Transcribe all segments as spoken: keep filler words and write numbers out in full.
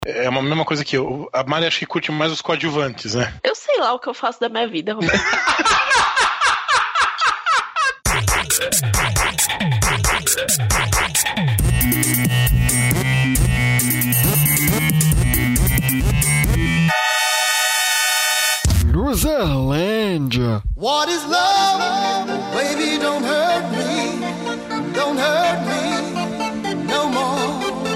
É uma mesma coisa que eu. A Mari acho que curte mais os coadjuvantes, né? Eu sei lá o que eu faço da minha vida, Roberto. Luzerlândia. What is love? Baby, don't hurt me. Don't hurt me no more.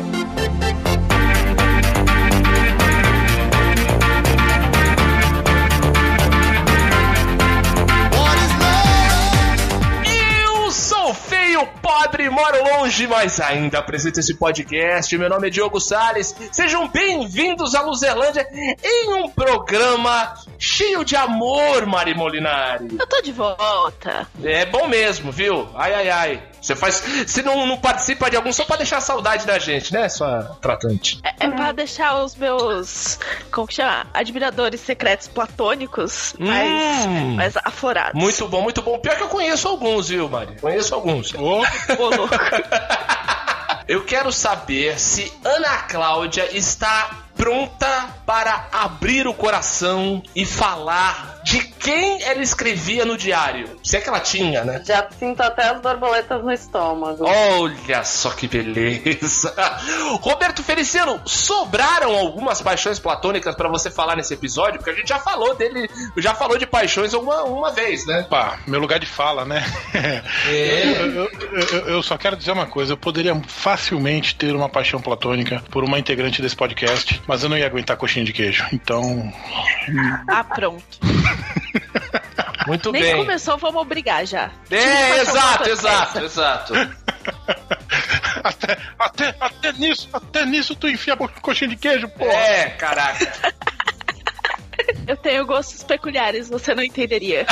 What is love? Eu sou feio, pobre, moro longe, mas ainda apresento esse podcast. Meu nome é Diogo Salles. Sejam bem-vindos à Luzerlândia em um programa cheio de amor, Mari Molinari. Eu tô de volta. É bom mesmo, viu? Ai, ai, ai. Você faz. Você não, não participa de algum só pra deixar saudade da gente, né, sua tratante? É, é pra deixar os meus, como que chama? Admiradores secretos platônicos mais, Hum. mais aflorados. Muito bom, muito bom. Pior que eu conheço alguns, viu, Mari? Conheço alguns. Ô, Ô, louco. Eu quero saber se Ana Cláudia está pronta para abrir o coração e falar de quem ela escrevia no diário. Se é que ela tinha, né? Já sinto até as borboletas no estômago. Olha só que beleza. Roberto Feliciano, sobraram algumas paixões platônicas pra você falar nesse episódio? Porque a gente já falou dele, já falou de paixões uma, uma vez, né? Pá, meu lugar de fala, né? É. Eu, eu, eu, eu só quero dizer uma coisa. Eu poderia facilmente ter uma paixão platônica por uma integrante desse podcast, mas eu não ia aguentar coxinha de queijo. Então... Ah, pronto. Muito Nem bem. começou, vamos obrigar já. É, Tipo, exato, paixão exato, exato. Até, até, até nisso, até nisso tu enfia a coxinha de queijo, pô. É, caraca. Eu tenho gostos peculiares, você não entenderia.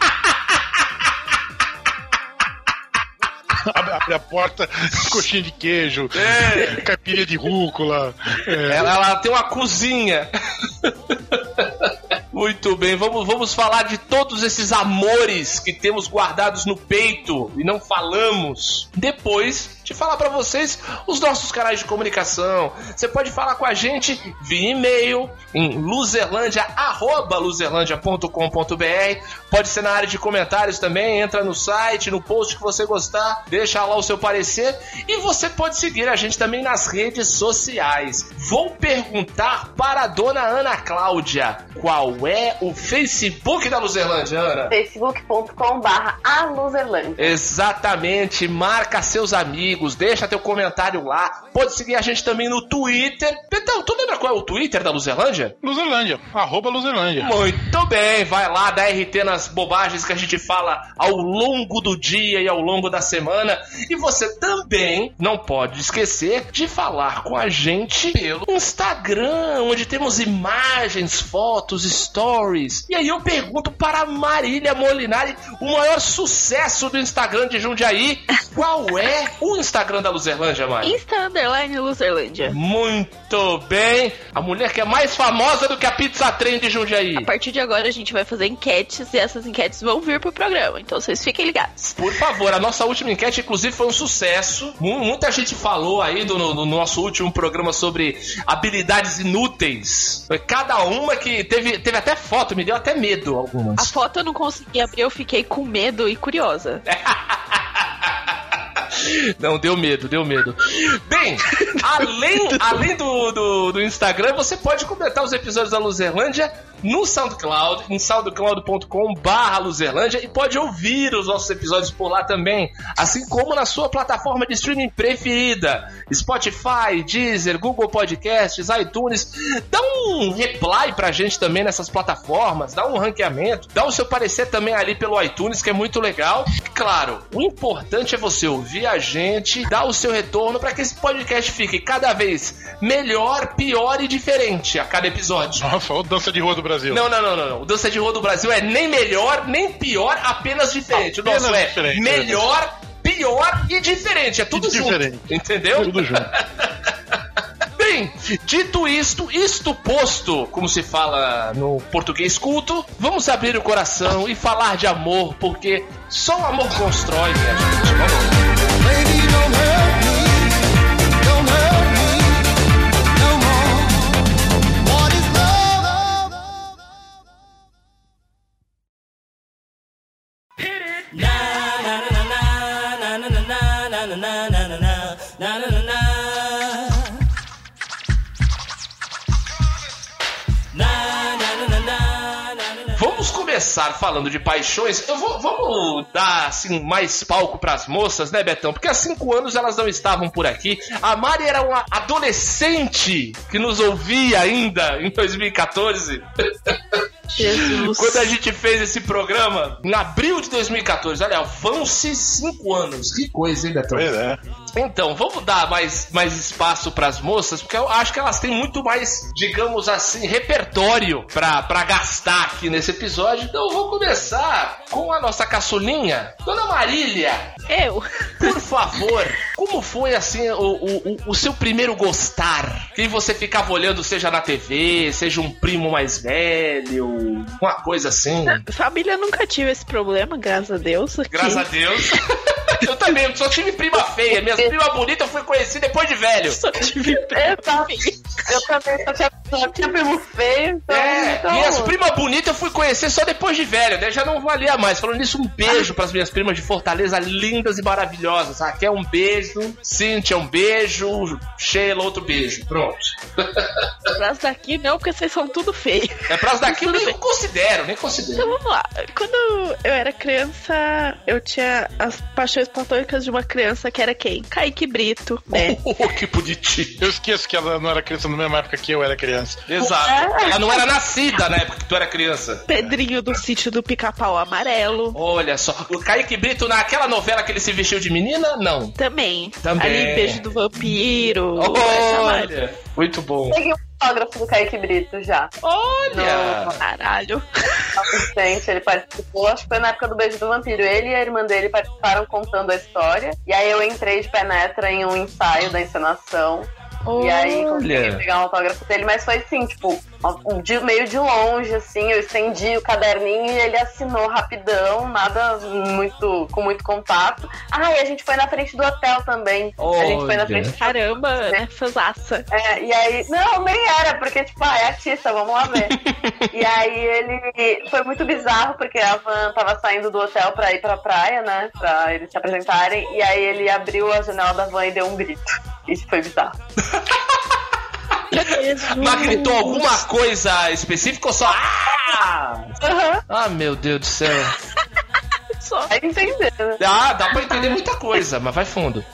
Abre, abre a porta, coxinha de queijo, É. caipirinha de rúcula. É. Ela, ela tem uma cozinha. Muito bem, vamos, vamos falar de todos esses amores que temos guardados no peito e não falamos. Depois de falar pra vocês os nossos canais de comunicação. Você pode falar com a gente via e-mail em luzerlandia arroba luzerlandia ponto com ponto br. Pode ser na área de comentários também. Entra no site, no post que você gostar, deixa lá o seu parecer. E você pode seguir a gente também nas redes sociais. Vou perguntar para a dona Ana Cláudia qual é o Facebook da Luzerlândia, Ana? facebook ponto com barra a Luzerlândia. Exatamente, marca seus amigos, deixa teu comentário lá. Pode seguir a gente também no Twitter. Então, tu lembra qual é o Twitter da Luzerlândia? Luzerlândia, arroba Luzerlândia. Muito bem, vai lá, dá R T nas bobagens que a gente fala ao longo do dia e ao longo da semana. E você também não pode esquecer de falar com a gente pelo Instagram, onde temos imagens, fotos, stories. E aí eu pergunto para a Marília Molinari, o maior sucesso do Instagram de Jundiaí, qual é o Instagram da Luzerlândia, Mari? Insta underline Luzerlândia. Muito bem, a mulher que é mais famosa do que a Pizza Trem de Jundiaí. A partir de agora a gente vai fazer enquetes e essas enquetes vão vir pro programa, então vocês fiquem ligados. Por favor, a nossa última enquete, inclusive, foi um sucesso. M- muita gente falou aí do, no, no nosso último programa sobre habilidades inúteis. Foi cada uma que teve, teve até foto, me deu até medo algumas. A foto eu não consegui abrir, eu fiquei com medo e curiosa. Não, deu medo, deu medo. Bem, além, além do, do, do Instagram, você pode comentar os episódios da Luzerlândia no SoundCloud, em soundcloud ponto com barra Luzerlândia, e pode ouvir os nossos episódios por lá também, assim como na sua plataforma de streaming preferida, Spotify, Deezer, Google Podcasts, iTunes. Dá um reply pra gente também nessas plataformas, dá um ranqueamento, dá o seu parecer também ali pelo iTunes, que é muito legal. Claro, o importante é você ouvir a gente, dar o seu retorno para que esse podcast fique cada vez melhor, pior e diferente a cada episódio. Nossa, o Dança de Rua do Brasil. Não, não, não, não, não. O Dança de Rua do Brasil é nem melhor, nem pior, apenas diferente. Apenas o nosso é diferente, melhor, pior e diferente. É tudo E junto. diferente. Entendeu? Tudo junto. Bem, dito isto, isto posto, como se fala no português culto, vamos abrir o coração e falar de amor, porque só o amor constrói, minha gente. Vamos. Baby, don't hurt me. Don't hurt me no more. Na na na na. Na na na na na. Vamos começar falando de paixões. Eu vou, vamos dar assim mais palco pras moças, né, Betão? Porque há cinco anos elas não estavam por aqui. A Mari era uma adolescente que nos ouvia ainda em dois mil e catorze. Jesus. Quando a gente fez esse programa, em abril de dois mil e catorze. Olha, vão-se cinco anos. Que coisa, hein, Betão? Pois é. Então, vamos dar mais, mais espaço pras moças, porque eu acho que elas têm muito mais, digamos assim, repertório pra, pra gastar aqui nesse episódio. Então eu vou começar com a nossa caçulinha, Dona Marília. Eu? Por favor, como foi assim o, o, o seu primeiro gostar? Quem você ficava olhando, seja na T V, seja um primo mais velho, uma coisa assim? Família, nunca tive esse problema, graças a Deus. Aqui. Graças a Deus. Eu também, só tive prima feia. Minhas primas bonitas eu fui conhecer depois de velho. Só tive prima feia. Eu também só tinha, só tinha primo feio, então... É, então... minhas primas bonitas eu fui conhecer só depois de velho, daí já não valia mais. Falando nisso, um beijo pras minhas primas de Fortaleza, lindas e maravilhosas. Raquel, um beijo. Cíntia, um beijo. Sheila, outro beijo. Pronto. Pras daqui não, porque vocês são tudo feio. É pras daqui eu Tudo nem bem. considero, nem considero. Então vamos lá. Quando eu era criança, eu tinha as paixões platônicas de uma criança que era quem? Kaique Brito, né? Oh, que bonitinho. Eu esqueço que ela não era criança na mesma época que eu era criança. Exato. Ela não era nascida na época que tu era criança. Pedrinho do Sítio do Pica-Pau Amarelo. Olha só. O Kaique Brito, naquela novela que ele se vestiu de menina? Não. Também. Também. Ali, Beijo do Vampiro. essa vibe. Olha. Muito bom. Peguei um autógrafo do Kaique Brito já. Olha. No- Caralho. assistente, ele participou, acho que foi na época do Beijo do Vampiro. Ele e a irmã dele participaram contando a história. E aí eu entrei de penetra em um ensaio da encenação. E aí consegui Olha. pegar um autógrafo dele, mas foi assim, tipo, de, meio de longe, assim, eu estendi o caderninho e ele assinou rapidão, nada muito, com muito contato. Ah, e a gente foi na frente do hotel também. A gente foi na Olha. frente do Caramba, né? Fanzaça. é, e aí, não, nem era, porque, tipo, ah, é artista, vamos lá ver. E aí ele, foi muito bizarro, porque a van tava saindo do hotel pra ir pra praia, né, pra eles se apresentarem, e aí ele abriu a janela da van e deu um grito. Isso foi bizarro. Mas gritou alguma coisa específica ou só... Ah! Aham, Ah, meu Deus do céu. Só. vai entender, né? Ah, dá pra entender muita coisa, mas vai fundo.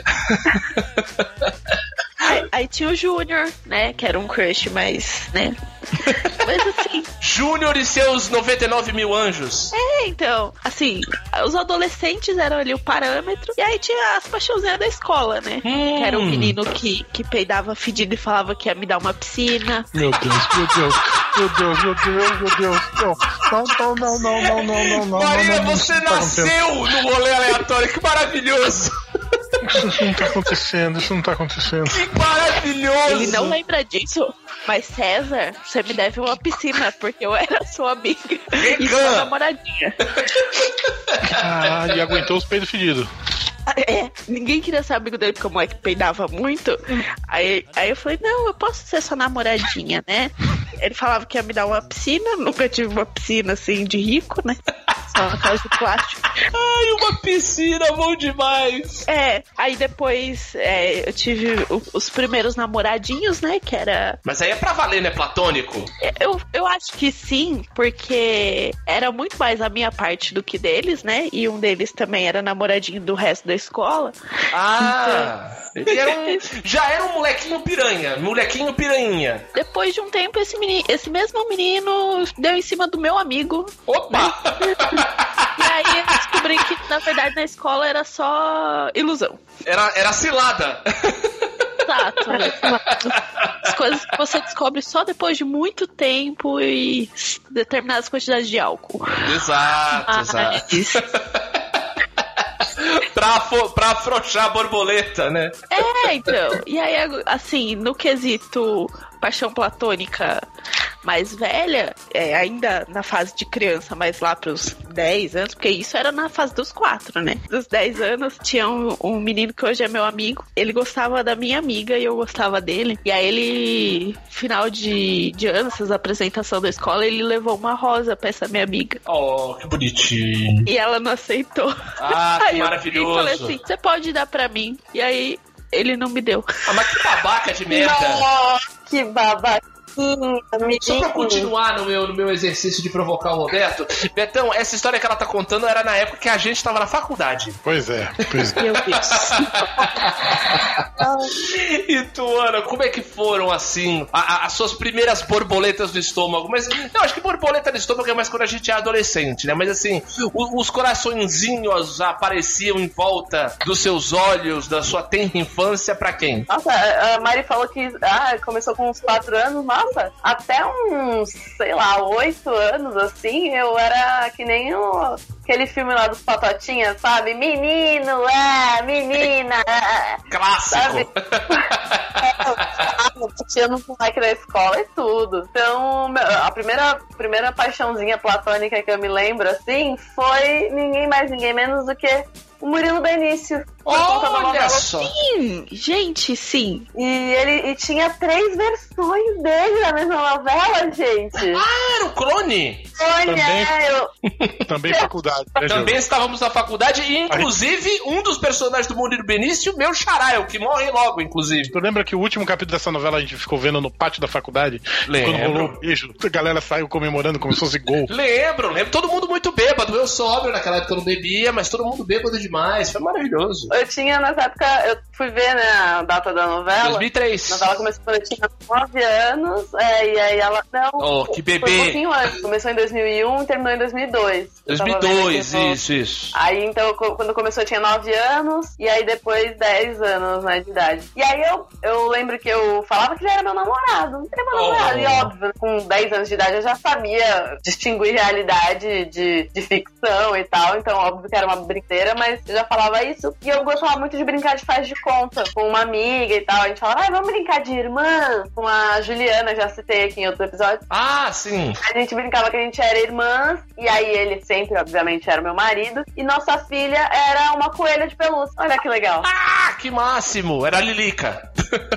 Aí, aí tinha o Júnior, né? Que era um crush, mas, né? Mas assim, Júnior e seus noventa e nove mil anjos. é, então, assim, os adolescentes eram ali o parâmetro. E aí tinha as paixãozinhas da escola, né? Hum. Que era um menino que, que peidava fedido e falava que ia me dar uma piscina. Meu Deus, meu Deus, meu Deus, meu Deus, meu Deus. Não, não, não, não, não, não, não, não. Maria, não, não, você isso não tá nasceu no rolê aleatório. Que maravilhoso. Isso não tá acontecendo, isso não tá acontecendo. Que maravilhoso. Ele não lembra disso. Mas César, você me deve uma piscina, porque eu era sua amiga e sua namoradinha. Caralho, e aguentou os peidos fedidos. É, ninguém queria ser amigo dele porque o moleque peidava muito. Aí, aí eu falei, não, eu posso ser sua namoradinha, né? Ele falava que ia me dar uma piscina, nunca tive uma piscina assim de rico, né? Só uma casa de plástico. Ai, uma piscina, bom demais. É, aí depois é, eu tive o- os primeiros namoradinhos, né? Que era. Mas aí é pra valer, né, platônico? Eu, eu acho que sim, porque era muito mais a minha parte do que deles, né? E um deles também era namoradinho do resto da escola. Ah, ele era um, já era um molequinho piranha, molequinho piranha. Depois de um tempo, esse, menino, esse mesmo menino deu em cima do meu amigo. Opa! E aí eu descobri que, na verdade, na escola era só ilusão. Era, era cilada. Exato. As coisas que você descobre só depois de muito tempo e determinadas quantidades de álcool. Exato, exato. Mas, pra, afo- pra afrouxar a borboleta, né? é, então. E aí, assim, no quesito paixão platônica mais velha, é, ainda na fase de criança, mas lá pros dez anos, porque isso era na fase dos quatro, né? Dos dez anos, tinha um, um menino que hoje é meu amigo. Ele gostava da minha amiga e eu gostava dele. E aí ele, final de, de ano, essas apresentações da escola, ele levou uma rosa pra essa minha amiga. Oh, que bonitinho. E ela não aceitou. Ah, que Aí eu maravilhoso. falei assim, você pode dar pra mim. E aí ele não me deu. Ah, mas que babaca de merda. Nossa, que babaquinha, Só pra continuar no meu, no meu exercício de provocar o Roberto, Betão, essa história que ela tá contando era na época que a gente tava na faculdade. Pois é, pois é. Meu Deus. E tu, Ana, como é que foram, assim, a, a, as suas primeiras borboletas no estômago? Mas, eu acho que borboleta no estômago é mais quando a gente é adolescente, né? Mas, assim, o, os coraçõezinhos apareciam em volta dos seus olhos, da sua tenra infância, pra quem? Nossa, a Mari falou que ah, começou com uns quatro anos, nossa, até uns, sei lá, oito anos, assim, eu era que nem o, aquele filme lá dos Patotinhas, sabe? Menino, é, menina, é. Clássico! Sabe? Eu tinha no moleque da escola e tudo. Então, a primeira, primeira paixãozinha platônica que eu me lembro, assim, foi ninguém mais, ninguém menos do que o Murilo Benício. Olha só! Sim, gente, sim. E ele e tinha três versões dele na mesma novela, gente. Ah, era o clone? Olha, Também- eu... Também faculdade, né, Também Gil? estávamos na faculdade e, inclusive, um dos personagens do Murilo Benício, meu xará, é o que morre logo, inclusive. Tu lembra que o último capítulo dessa novela a gente ficou vendo no pátio da faculdade? Lembro. Quando rolou o beijo, a galera saiu comemorando como se fosse gol. Lembro, lembro. Todo mundo muito bêbado. Eu sóbrio, naquela época eu não bebia, mas todo mundo bêbado demais. Foi maravilhoso. eu tinha nessa época, eu fui ver, né, a data da novela. dois mil e três. A novela começou quando eu tinha nove anos, é, e aí ela... Não, Oh, que bebê. Foi um pouquinho antes. Começou em dois mil e um e terminou em dois mil e dois. Eu dois mil e tava vendo dois, aqui no- isso, isso. Aí, então, co- quando começou eu tinha nove anos, e aí depois dez anos, né, de idade. E aí eu, eu lembro que eu falava que ele era meu namorado. Não era meu Oh. namorado. E óbvio, com dez anos de idade eu já sabia distinguir realidade de, de ficção e tal. Então, óbvio que era uma brincadeira, mas eu já falava isso. E eu gostava muito de brincar de faz de conta com uma amiga e tal. A gente falava, ah, vamos brincar de irmã com a Juliana, já citei aqui em outro episódio. Ah, sim. A gente brincava que a gente era irmãs, e aí ele sempre, obviamente, era meu marido, e nossa filha era uma coelha de pelúcia. Olha que legal. Ah, que máximo. Era a Lilica.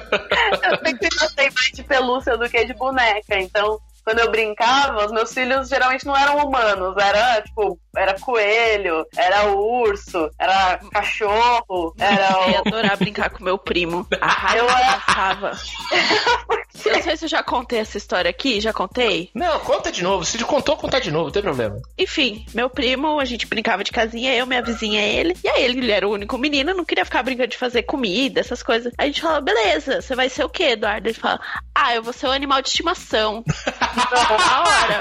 Eu sempre gostei mais de pelúcia do que de boneca, então... Quando eu brincava, os meus filhos geralmente não eram humanos, era tipo, era coelho, era urso, era cachorro, era Eu ia o... adorar brincar com meu primo. Eu Arrasava. Eu não sei se eu já contei essa história aqui, já contei? Não, conta de novo. Se te contou, conta de novo, não tem problema. Enfim, meu primo, a gente brincava de casinha, eu, minha vizinha, ele. E aí ele, ele era o único menino, não queria ficar brincando de fazer comida, essas coisas. Aí a gente fala, beleza, você vai ser o quê, Eduardo? Ele fala, ah, eu vou ser o animal de estimação. Na hora.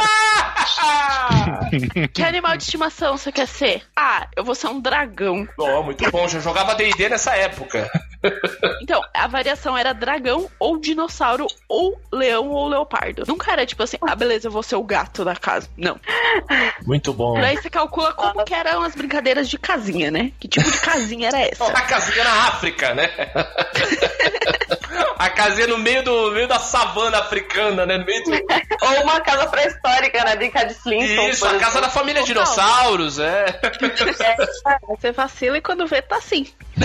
Que animal de estimação você quer ser? Ah, eu vou ser um dragão. Oh, muito bom. Já jogava D e D nessa época. Então, a variação era dragão ou dinossauro ou leão ou leopardo. Nunca era tipo assim, ah, beleza, eu vou ser o gato da casa. Não. Muito bom. Por aí você calcula como que eram as brincadeiras de casinha, né? Que tipo de casinha era essa? A casinha na África, né? A casinha no meio, do, meio da savana africana, né? No meio do... Ou uma casa pré-histórica, né? Brincar de Flintstones. Isso, a casa da família dinossauros, é. Você vacila e quando vê, tá assim.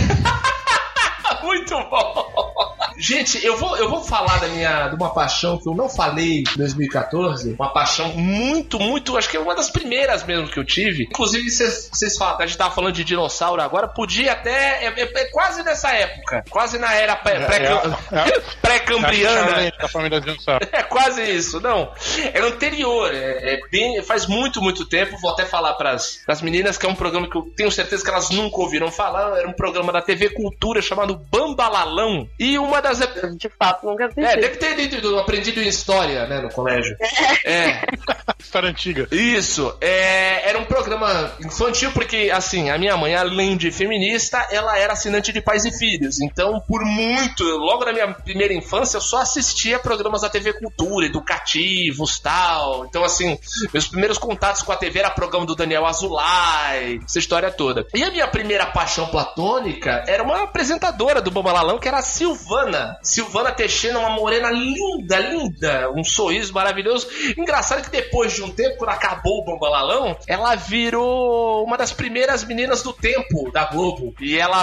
Muito bom. Gente, eu vou, eu vou falar da minha, de uma paixão que eu não falei em dois mil e quatorze. Uma paixão muito, muito... Acho que é uma das primeiras mesmo que eu tive. Inclusive, vocês falam, a gente tava falando de dinossauro agora. Podia até... É, é, é quase nessa época. Quase na era pré- pré- É, é, é, pré-cambriana. é da família dinossauro. É quase isso, não. É anterior, é, é bem, faz muito, muito tempo. Vou até falar pras, pras meninas que é um programa que eu tenho certeza que elas nunca ouviram falar. Era um programa da T V Cultura chamado Bambalalão. E uma das... De fato, nunca assisti. É, deve ter lido, aprendido em história, né, no colégio. É. História antiga. Isso, é, era um programa infantil porque, assim, a minha mãe, além de feminista, ela era assinante de Pais e Filhos. Então, por muito, logo na minha primeira infância, eu só assistia programas da T V Cultura, educativos, tal. Então, assim, meus primeiros contatos com a T V era programa do Daniel Azulay, essa história toda. E a minha primeira paixão platônica era uma apresentadora do Bambalalão, que era a Silvana. Silvana. Silvana Teixeira, uma morena linda, linda. Um sorriso maravilhoso. Engraçado que depois de um tempo, quando acabou o Bambalalão, ela virou uma das primeiras meninas do tempo da Globo. E ela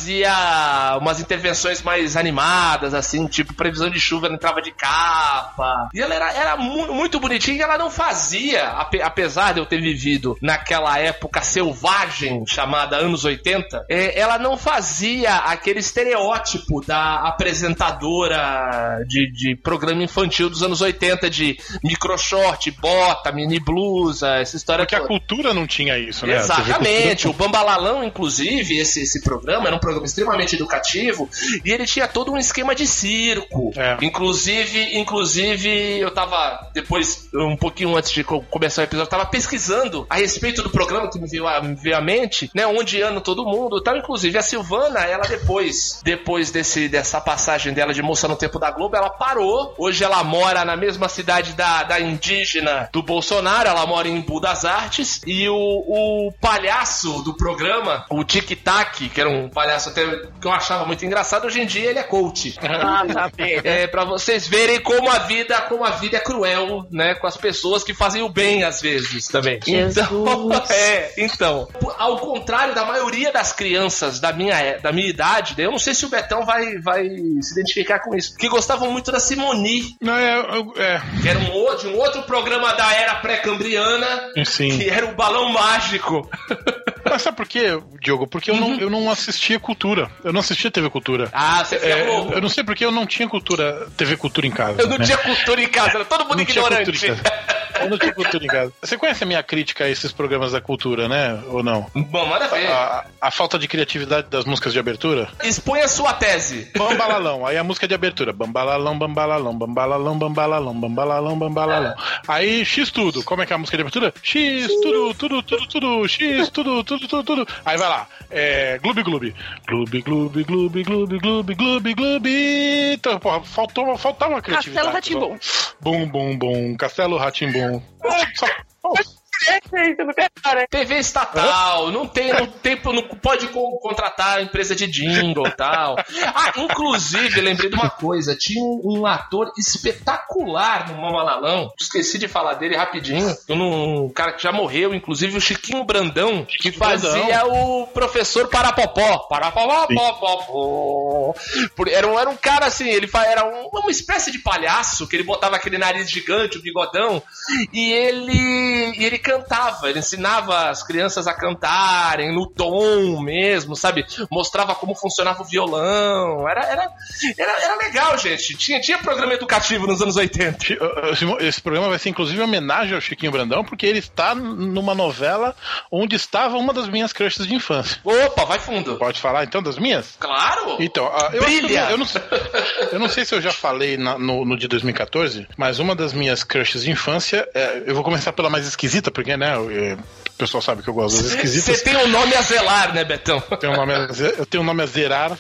fazia umas intervenções mais animadas, assim, tipo previsão de chuva, ela entrava de capa. E ela era, era mu- muito bonitinha e ela não fazia, ape- apesar de eu ter vivido naquela época selvagem chamada anos oitenta, é, ela não fazia aquele estereótipo da apresentadora de, de programa infantil dos anos oitenta, de microshort, bota, mini blusa, essa história Porque toda. a cultura não tinha isso, né? Exatamente, o Bambalalão, inclusive, esse, esse programa era um programa extremamente educativo e ele tinha todo um esquema de circo. É. Inclusive, inclusive, eu tava, depois, um pouquinho antes de co- começar o episódio, eu tava pesquisando a respeito do programa que me veio à, me veio à mente, né, onde anda todo mundo. Então, inclusive, a Silvana, ela depois, depois desse, dessa passagem dela de moça no tempo da Globo, ela parou. Hoje ela mora na mesma cidade da, da indígena do Bolsonaro, ela mora em Embu das Artes, e o, o palhaço do programa, o Tic Tac, que era um palhaço até que eu achava muito engraçado, hoje em dia ele é coach. Ah, tá bem. É, pra vocês verem como a vida, como a vida é cruel, né, com as pessoas que fazem o bem às vezes também. Jesus. Então, é, então, ao contrário da maioria das crianças da minha, é- da minha idade, eu não sei se o Betão vai, vai se identificar com isso, que gostavam muito da Simone, Não, é, é, que era um, outro- de um outro programa da era pré-cambriana, sim. que era o Balão Mágico. Mas sabe por quê, Diogo? Porque eu, não, eu não assistia Cultura. Eu não assistia T V Cultura. Ah, você É, é, Globo. eu não sei porque eu não tinha cultura, T V Cultura em casa. Eu não né? tinha cultura em casa, era todo mundo Não tinha ignorante. cultura em casa. Eu não tinha cultura em casa. Você conhece a minha crítica a esses programas da cultura, né? Ou não? Bom, manda ver. A, a falta de criatividade das músicas de abertura? Expõe a sua tese. Bambalalão, aí a música de abertura. Bambalalão, bambalalão, bambalalão, bambalalão, bambalalão, bambalalão. Aí X tudo. Como é que é a música de abertura? X tudo, tudo, tudo, tudo. X tudo, tudo, tudo, tudo. Aí vai lá. É. Gloob, gloob. Gloob, gloob, gloob, gloob, gloob, gloob, gloob. Então, porra, faltou, faltava uma criatividade. Castelo Rá-Tim-Bum. Bum, bum, bum. Castelo Rá-Tim-Bum. Só. Oh, Gente, não quero, né? T V estatal, não tem, não tem, não pode co- contratar empresa de jingle e tal. Ah, inclusive, lembrei de uma coisa, tinha um, um ator espetacular no Mamalalão, esqueci de falar dele rapidinho, um, um cara que já morreu, inclusive o Chiquinho Brandão, que fazia o professor Parapopó. Parapopó. Era um, era um cara assim, ele fa- era um- uma espécie de palhaço, que ele botava aquele nariz gigante, o bigodão, e ele, e ele cantava, ele ensinava as crianças a cantarem no tom mesmo, sabe? Mostrava como funcionava o violão. Era, era, era, era legal, gente. Tinha, tinha programa educativo nos anos oitenta. esse, esse programa vai ser inclusive uma homenagem ao Chiquinho Brandão, porque ele está numa novela onde estava uma das minhas crushes de infância. Opa, vai fundo. Pode falar então das minhas? Claro! Então, ah, eu, acho que Brilha! eu, eu, não, eu não sei se eu já falei na- no, no de dois mil e catorze, mas uma das minhas crushes de infância, é, eu vou começar pela mais esquisita, porque, né, eu- eu- o pessoal sabe que eu gosto das esquisitas. Você tem um nome a zelar, né, Betão? Eu tenho um nome a, ze- eu tenho um nome a zerar.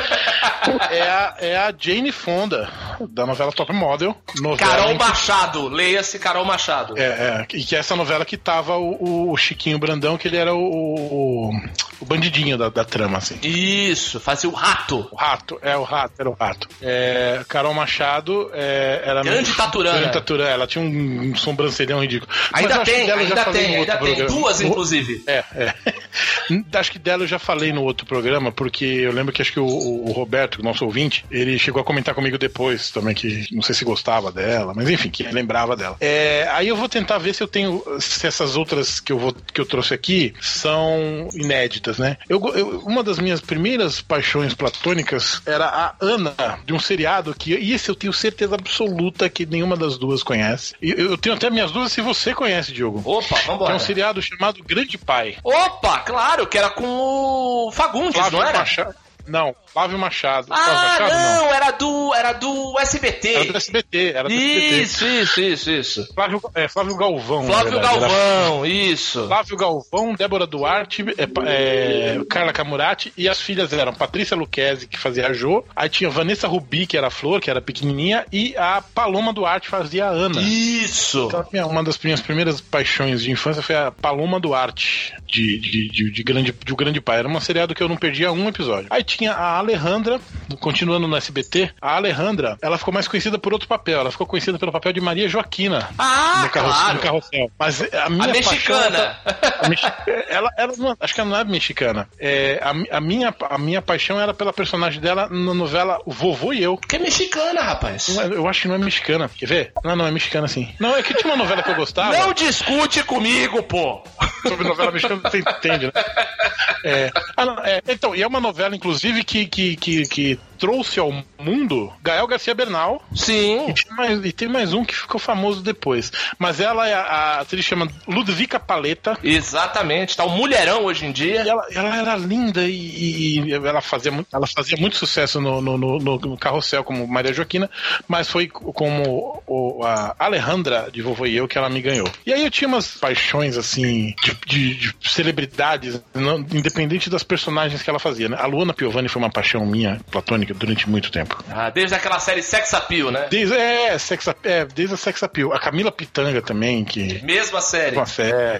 É a, é a Jane Fonda, da novela Top Model. Novela Carol em que- Machado. Leia-se Carol Machado. É, é, e que é essa novela que tava o, o Chiquinho Brandão, que ele era o, o, o bandidinho da, da trama, assim. Isso, fazia o rato. O rato, é o rato, era o rato. É, Carol Machado é, era... Grande taturana. Grande taturana, ela tinha um, um sobrancelhão ridículo. Mas Ainda eu acho que tem, dela eu já ainda falei tem, no ainda outro tem. programa. Duas, No- inclusive. É, é. Acho que dela eu já falei no outro programa, porque eu lembro que acho que o, o Roberto, nosso ouvinte, ele chegou a comentar comigo depois também, que não sei se gostava dela, mas enfim, que lembrava dela. É, aí eu vou tentar ver se eu tenho, se essas outras que eu, vou, que eu trouxe aqui são inéditas, né? Eu, eu- uma das minhas primeiras paixões platônicas era a Ana, de um seriado que, e esse eu tenho certeza absoluta que nenhuma das duas conhece. E eu, eu tenho até minhas dúvidas se você conhece, Diogo. Opa, Que é vambora. um seriado chamado Grande Pai. Opa, claro, que era com o Fagundes, Flávio não era? Machado. Não, Flávio Machado. Flávio Ah, Machado, não, era do, era do S B T. Era do S B T, era do S B T. Isso, isso, isso, isso. Flávio, é, Flávio Galvão. na Flávio verdade, era Galvão, isso. Flávio Galvão, Débora Duarte, é, pa- é, Carla Camurati, e as filhas eram Patrícia Luquezzi, que fazia a Jo, aí tinha Vanessa Rubi, que era a Flor, que era pequenininha, e a Paloma Duarte fazia a Ana. Isso. Então, minha- uma das minhas primeiras paixões de infância foi a Paloma Duarte, de, de, de, de grande, de O Grande Pai. Era uma seriado que eu não perdia um episódio. Aí tinha a Alejandra, continuando no S B T, a Alejandra, ela ficou mais conhecida por outro papel, ela ficou conhecida pelo papel de Maria Joaquina. Ah, no carrossel, claro. no carrossel. Mas a minha A mexicana. Paixão, a mexi- ela, ela não, acho que ela não é mexicana. É, a, a, minha, a minha paixão era pela personagem dela na novela O Vovô e Eu. Que é mexicana, rapaz. Não é- Eu acho que não é mexicana. Quer ver? Não, não, é mexicana sim. Não, é que tinha uma novela que eu gostava. Não discute comigo, pô. Sobre novela mexicana, você entende, né? É, ah, não, é, então, e é uma novela, inclusive, que, que, que, que trouxe ao mundo Gael Garcia Bernal. Sim. E tem, mais, e tem mais um que ficou famoso depois. Mas ela é a, a atriz chama Ludwika Paleta. Exatamente. Tá um mulherão hoje em dia. E ela, ela era linda e, e- e ela, fazia muito, ela fazia muito sucesso no, no, no, no Carrossel como Maria Joaquina, mas foi como o, a Alejandra de Vovô e Eu que ela me ganhou. E aí eu tinha umas paixões assim de, de- de celebridades, não- independente das personagens que ela fazia, né? A Luana Piovani foi uma paixão minha, platônica, durante muito tempo. Ah, desde aquela série Sex Appeal, né? Desde, é, sex, Ap- é, desde a Sex Appeal. A Camila Pitanga também, que... Mesma série. Uma série.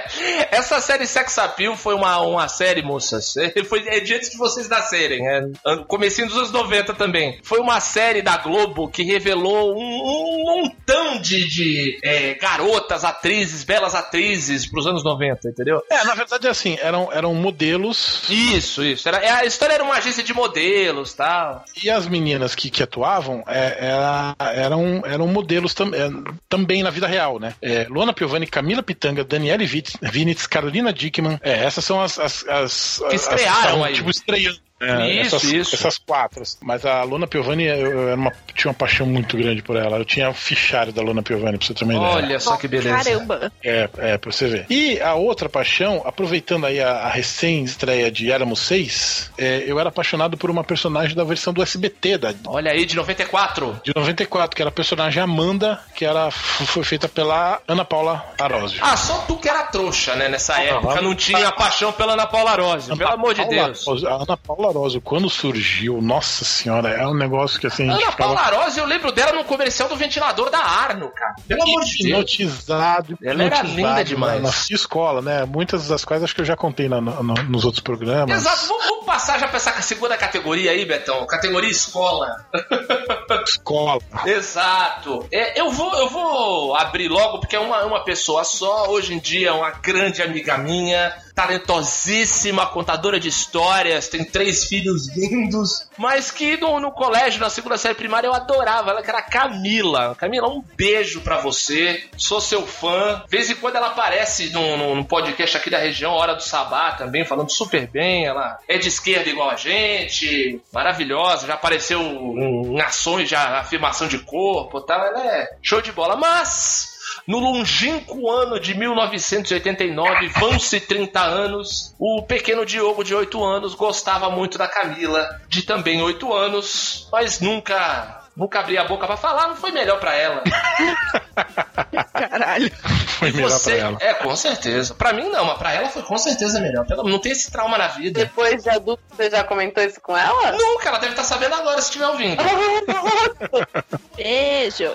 É. Essa série Sex Appeal foi uma, uma série, moças. Foi é de antes de vocês nascerem. É, comecinho dos anos noventa também. Foi uma série da Globo que revelou um, um montão de, de é, garotas, atrizes, belas atrizes pros anos noventa, entendeu? É, na verdade, assim, eram, eram modelos. Isso, isso. Era, a história era uma agência de modelos, tal. E as meninas que, que atuavam é, era- eram, eram modelos tam, é, também na vida real, né? É, Luana Piovani, Camila Pitanga, Daniele Vit- Vinitz, Carolina Dickman. É, essas são as... as, as Que as- estrearam as- aí. Tipo, estreando. É, Isso, essas, isso. essas quatro. Mas a Luana Piovani, eu, eu era uma, tinha uma paixão muito grande por ela. Eu tinha o fichário da Luana Piovani, pra você ter uma ideia. Olha só que beleza. Caramba. É, é, pra você ver. E a outra paixão, aproveitando aí a, a recém-estreia de Éramos Seis, é, eu era apaixonado por uma personagem da versão do S B T, da, Olha aí, de noventa e quatro. de noventa e quatro, que era a personagem Amanda, que era, f- foi feita pela Ana Paula Arósio. Ah, só tu que era trouxa, né? Nessa Ah, época não. não tinha paixão pela Ana Paula Arósio. Pelo amor de Paula Deus. Arósio, a Ana Paula Arósio, quando surgiu, nossa senhora, é um negócio que assim... a gente Ana ficava Paula Arósio, eu lembro dela no comercial do ventilador da Arno, cara. Pelo amor de Deus. hipnotizado, Ela era hipnotizado linda demais. Na, na escola, né? Muitas das quais acho que eu já contei na- na- na- nos outros programas. Exato, vamos, vamos passar já pra essa segunda categoria aí, Betão. Categoria escola. Escola. Exato. É, eu, vou, eu vou abrir logo, porque é uma, uma pessoa só. Hoje em dia é uma grande amiga minha, talentosíssima, contadora de histórias, tem três filhos lindos, mas que no, no colégio, na segunda série primária, eu adorava ela, que era a Camila. Camila, um beijo pra você. Sou seu fã. De vez em quando ela aparece num, num- num podcast aqui da região, Hora do Sabá também, falando super bem. Ela é de esquerda igual a gente, maravilhosa, já apareceu em, em ações de afirmação de corpo e tal. Ela é show de bola, mas... No longínquo ano de mil novecentos e oitenta e nove, vão-se trinta anos, o pequeno Diogo, de oito anos, gostava muito da Camila, de também oito anos, mas nunca, nunca abria a boca pra falar, não foi melhor pra ela. Caralho. Foi melhor Você- pra ela. É, com certeza. Pra mim não, mas pra ela foi com certeza melhor. Ela não tem esse trauma na vida. Depois de adulto, você já comentou isso com ela? Nunca, ela deve estar sabendo agora se estiver ouvindo. Beijo.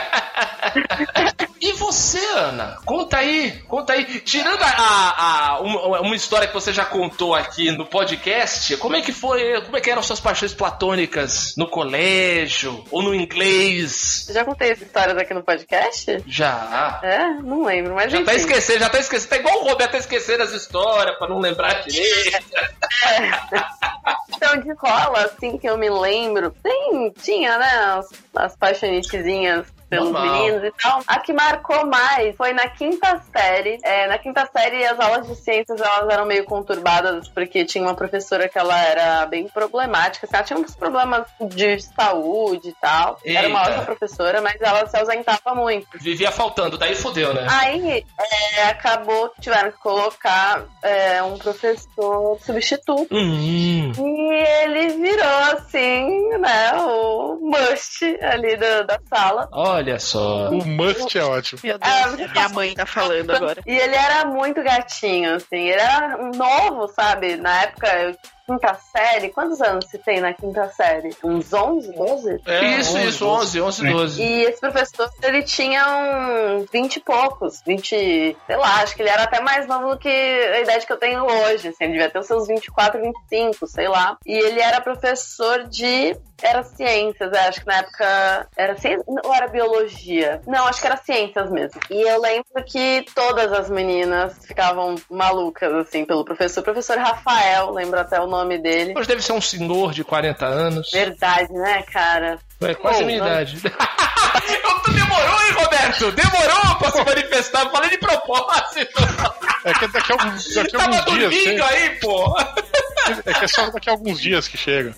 E você, Ana? Conta aí, conta aí. Tirando a, a- a- uma, uma história que você já contou aqui no podcast, como é que foi, como é que eram suas paixões platônicas no colégio ou no inglês? Eu já contei essa história aqui no podcast? Já. É? Não lembro, mas Já enfim. tá esquecendo, já tá esquecendo. Tá igual o Roberto, tá esquecendo as histórias pra não lembrar direito. Então, de escola, assim, que eu me lembro, tem, tinha, né, as, as paixonitezinhas pelos Normal. meninos e tal. A que marcou mais foi na quinta série. É, na quinta série, as aulas de ciências, elas eram meio conturbadas, porque tinha uma professora que ela era bem problemática, assim, ela tinha uns problemas de saúde e tal. Era uma Eita. ótima professora, mas ela se ausentava muito. Vivia faltando, daí fodeu, né? Aí, é, acabou que tiveram que colocar é, um professor substituto. Hum. E ele virou, assim, né, o must ali da, da sala. Olha só. O must é ótimo. Meu Deus, Ah, minha mãe tá falando agora. E ele era muito gatinho, assim, ele era novo, sabe? Na época eu quinta série, quantos anos se tem na quinta série? Uns onze, doze? É, isso, onze, isso, onze, onze, doze. E esse professor, ele tinha uns vinte e poucos, vinte, sei lá, acho que ele era até mais novo do que a idade que eu tenho hoje, assim, ele devia ter os seus vinte e quatro, vinte e cinco, sei lá. E ele era professor de... Era ciências, eu acho que na época era ciências ou era biologia? Não, acho que era ciências mesmo. E eu lembro que todas as meninas ficavam malucas, assim, pelo professor. O professor Rafael, lembro até o nome dele. Hoje deve ser um senhor de quarenta anos. Verdade, né, cara? É quase a minha idade. Eu, tu demorou, hein, Roberto? Demorou pra se manifestar. Falei de propósito. É que daqui a alguns, daqui a Tava alguns dias. dormindo chega. aí, pô. É que é só daqui a alguns dias que chega.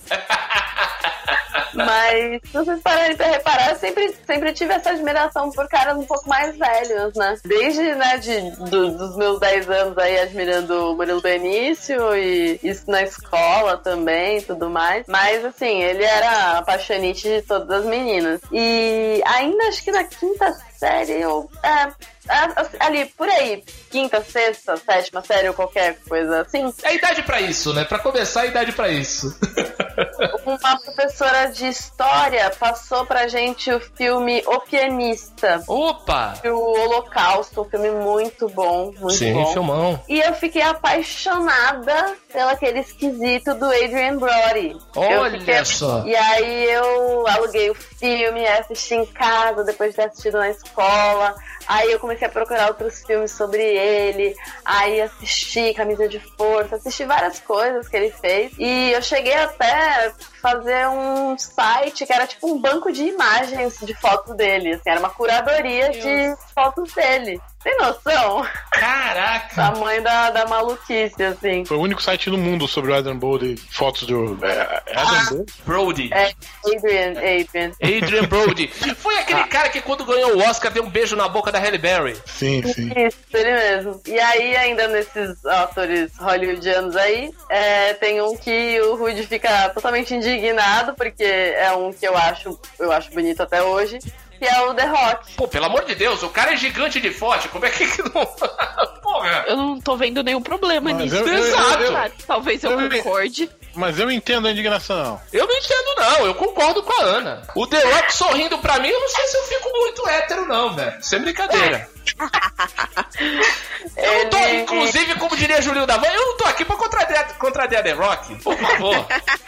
Mas, se vocês pararem pra reparar, eu sempre, sempre tive essa admiração por caras um pouco mais velhos, né? Desde, né, de, do, dos meus dez anos aí, admirando o Murilo Benício e isso na escola também e tudo mais. Mas, assim, ele era apaixonite de todas as meninas. E ainda acho que na quinta série eu... É, ali, por aí, quinta, sexta, sétima série ou qualquer coisa assim. É a idade pra isso, né? Pra começar, a idade pra isso. Uma professora de história passou pra gente o filme O Pianista. Opa! O Holocausto, um filme muito bom, muito Sim, bom. filmão. E eu fiquei apaixonada pelo aquele esquisito do Adrian Brody. Eu Olha fiquei... só. E aí eu aluguei o filme, assisti em casa, depois de ter assistido na escola. Aí eu comecei a procurar outros filmes sobre ele. Aí assisti Camisa de Força, assisti várias coisas que ele fez. E eu cheguei até fazer um site que era tipo um banco de imagens de fotos dele. Assim, era uma curadoria Deus. de fotos dele. Tem noção? Caraca! Tamanho da, da maluquice, assim. Foi o único site no mundo sobre o Adrian Brody, fotos do... É, é Adrian Ah. Brody? Brody. É, Adrian, Adrian. Adrian Brody. Foi aquele cara que quando ganhou o Oscar deu um beijo na boca da Halle Berry. Sim, sim. Isso, ele mesmo. E aí, ainda nesses atores hollywoodianos aí, é, tem um que o Rudy fica totalmente indignado, porque é um que eu acho, eu acho bonito até hoje, que é o The Rock. Pô, pelo amor de Deus, o cara é gigante de forte, como é que que não... Porra! Eu não tô vendo nenhum problema Mas nisso. eu- eu- Exato. eu- Ah, Talvez eu eu- concorde. Mas eu entendo a indignação. Eu não entendo não, eu concordo com a Ana. O The Rock sorrindo pra mim, eu não sei se eu fico muito hétero não, velho. Sem brincadeira. Eu não tô, Ele- inclusive, como diria Julinho da Van, eu não tô aqui pra contrariar, contrariar The Rock, por favor.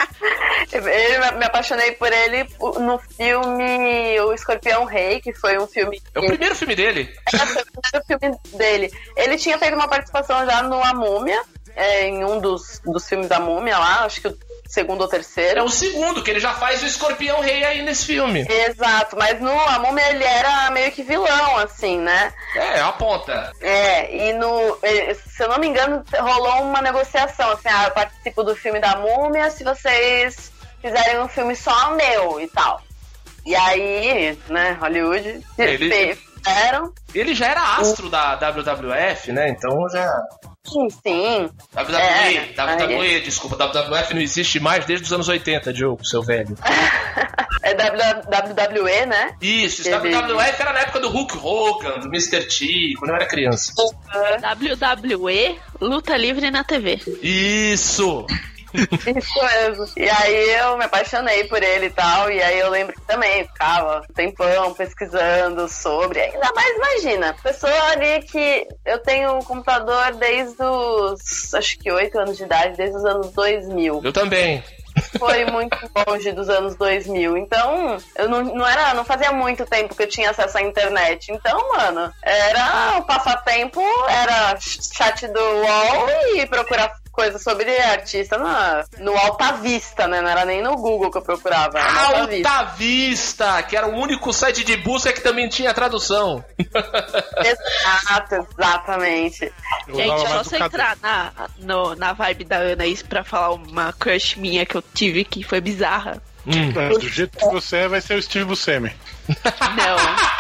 Eu me apaixonei por ele no filme O Escorpião Rei, que foi um filme... É o primeiro filme dele. Foi o primeiro filme dele. Ele tinha feito uma participação já no A Múmia, é, em um dos, dos filmes da Múmia lá, acho que o segundo ou É terceiro. o segundo, que ele já faz o Escorpião Rei aí nesse filme. Exato, mas no A Múmia ele era meio que vilão, assim, né? É, é uma ponta. É, e no, se eu não me engano, rolou uma negociação, assim, ah, eu participo do filme da Múmia se vocês fizerem um filme só meu e tal. E aí, né, Hollywood, Ele- fizeram, Ele já era astro da W W F, né? Então já... sim, sim. W W E, É, W W E, desculpa, W W F não existe mais desde os anos oitenta, Diogo, seu velho. É W W E, né? Isso, esse Teve- W W F era na época do Hulk Hogan, do mister T, quando eu era criança. W W E, luta livre na T V. Isso! Isso mesmo. E aí eu me apaixonei por ele e tal, e aí eu lembro que também ficava um tempão pesquisando sobre, ainda mais imagina, pessoa ali que eu tenho um computador desde os, acho que oito anos de idade, desde os anos dois mil. Eu também. Foi muito longe dos anos dois mil, então eu não, não era, não fazia muito tempo que eu tinha acesso à internet, então, mano, era o passatempo, era chat do U O L e procurar coisas sobre artista na, no Alta Vista, né? Não era nem no Google que eu procurava. Era no Alta Vista. Alta Vista, que era o único site de busca que também tinha tradução. Exato, exatamente. Eu Gente, usava é só mais o você cad- entrar na, no- na vibe da Ana isso pra falar uma crush minha que eu tive que foi bizarra. Hum. É, do jeito que você é, vai ser o Steve Buscemi. Não,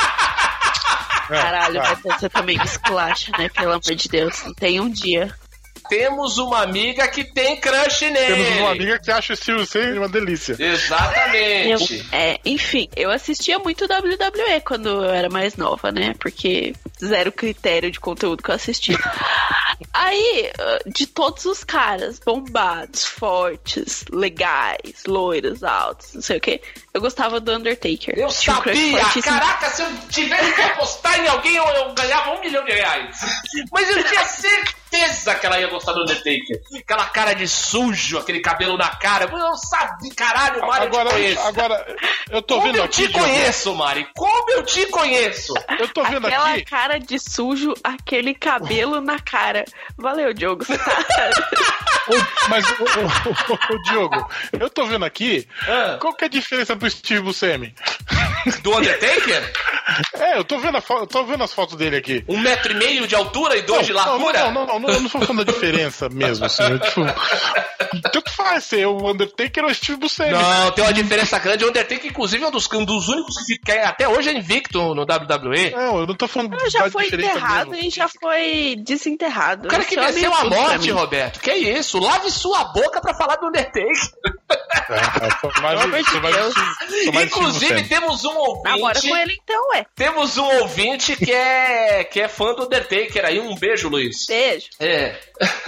É, caralho, vai. mas você também me esculacha, né? Pelo amor de Deus, não tem um dia. Temos uma amiga que tem crush nele. Temos uma amiga que acha o Steve Buscemi uma delícia. Eu- Exatamente. é, enfim, eu assistia muito W W E quando eu era mais nova, né? Porque zero critério de conteúdo que eu assistia. Aí, de todos os caras bombados, fortes, legais, loiros, altos, não sei o que, eu gostava do Undertaker. Eu Tinha um crush sabia! fortíssimo. Caraca, se eu tivesse que apostar em alguém, eu, eu ganhava um milhão de reais. Mas eu tinha certeza que ela ia gostar do Undertaker. Aquela cara de sujo, aquele cabelo na cara. Eu sabia, caralho, Mari, Agora, eu te conheço. agora eu tô Como vendo eu aqui. te Diogo. conheço, Mari? Como eu te conheço? Eu tô vendo Aquela aqui. cara de sujo, aquele cabelo na cara. Valeu, Diogo, você tá... Ô, mas, ô, ô, ô, ô, Diogo, eu tô vendo aqui. Ah. Qual que é a diferença pro Steve Buscemi? Do Undertaker? É, eu tô vendo, a fo- eu tô vendo as fotos dele aqui. Um metro e meio de altura e dois de Não, largura? Não, não, não, não, eu não tô falando da diferença mesmo, assim. Eu, tipo, tanto faz ser o Undertaker ou o Steve Buscemi. Não, tem uma diferença grande. O Undertaker, inclusive, é um dos, um dos únicos que fica, até hoje é invicto no W W E. Não, eu não tô falando Já da foi diferença enterrado mesmo. e já foi desenterrado. O cara que Esse homem venceu é a tudo pra morte, mim. Roberto. Que isso? Lave sua boca pra falar do Undertaker. É, é, sou mais, Pelo amor de sou mais, Deus. sou mais Inclusive, Steve Buscemi. temos um ouvinte. Namora com ele então, ué. Temos um ouvinte que é, que é fã do Undertaker aí. Um beijo, Luiz. Beijo. É.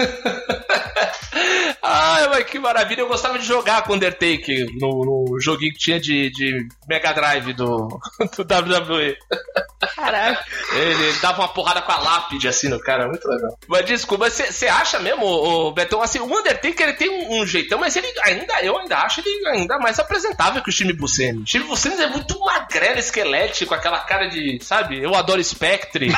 Ai, mas que maravilha. Eu gostava de jogar com o Undertaker no, no joguinho que tinha de, de Mega Drive do, do W W E. Caralho. Ele, ele dava uma porrada com a lápide assim no cara, muito legal. Mas desculpa, você acha mesmo, o Betão, assim, o Undertaker ele tem um, um jeitão, mas ele ainda, eu ainda acho ele ainda mais apresentável que o Steve Buscemi. O Steve Buscemi é muito magrelo, esquelético, aquela cara de, sabe, eu adoro Spectre.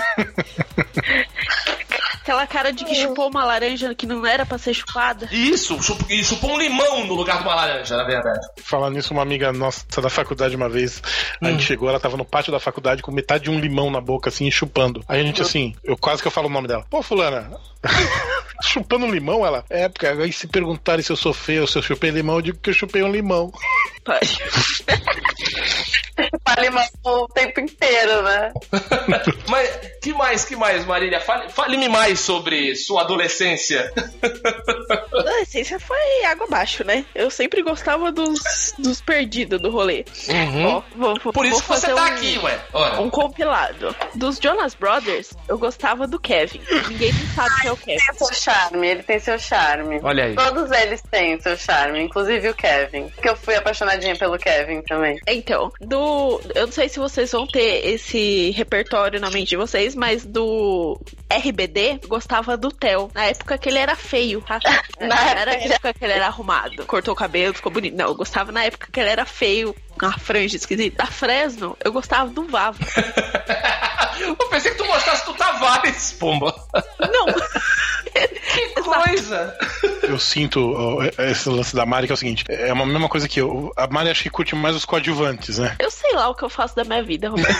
Aquela cara de que chupou uma laranja que não era pra ser chupada. Isso, chup, e chupou um limão no lugar de uma laranja, na verdade. Falando nisso, uma amiga nossa da faculdade uma vez, a gente chegou, ela tava no pátio da faculdade com metade de um limão na boca, assim, chupando. Aí a gente, assim, eu quase que eu falo o nome dela. Pô, fulana, chupando um limão? Ela, é, porque aí se perguntarem se eu sou feio ou se eu chupei limão, eu digo que eu chupei um limão. Pode. Limão o tempo inteiro, né? Mas, que mais, que mais, Marília? Fale, fale-me mais sobre sua adolescência. A adolescência foi água abaixo, né? Eu sempre gostava dos, dos perdidos do rolê. Uhum. Ó, vou, vou, Por isso vou que você fazer tá um, aqui, ué. Ora. um compilado. Dos Jonas Brothers, eu gostava do Kevin. Ninguém nem sabe quem é o Kevin. Tem seu charme, ele tem seu charme. Olha aí. Todos eles têm seu charme, inclusive o Kevin. Que eu fui apaixonadinha pelo Kevin também. Então, do. Eu não sei se vocês vão ter esse repertório na mente de vocês, mas do R B D, eu gostava do Theo. Na época que ele era feio, tá? Na Não era na época- época que ele era arrumado. Cortou o cabelo, ficou bonito. Não, eu gostava na época que ele era feio, com a franja esquisita. Da Fresno, eu gostava do Vavo. Eu pensei que tu gostasse do Tavares, pomba. Não! Que coisa! Eu sinto ó, esse lance da Mari, que é o seguinte, é uma mesma coisa que eu. A Mari acho que curte mais os coadjuvantes, né? Eu sei lá o que eu faço da minha vida, Roberto.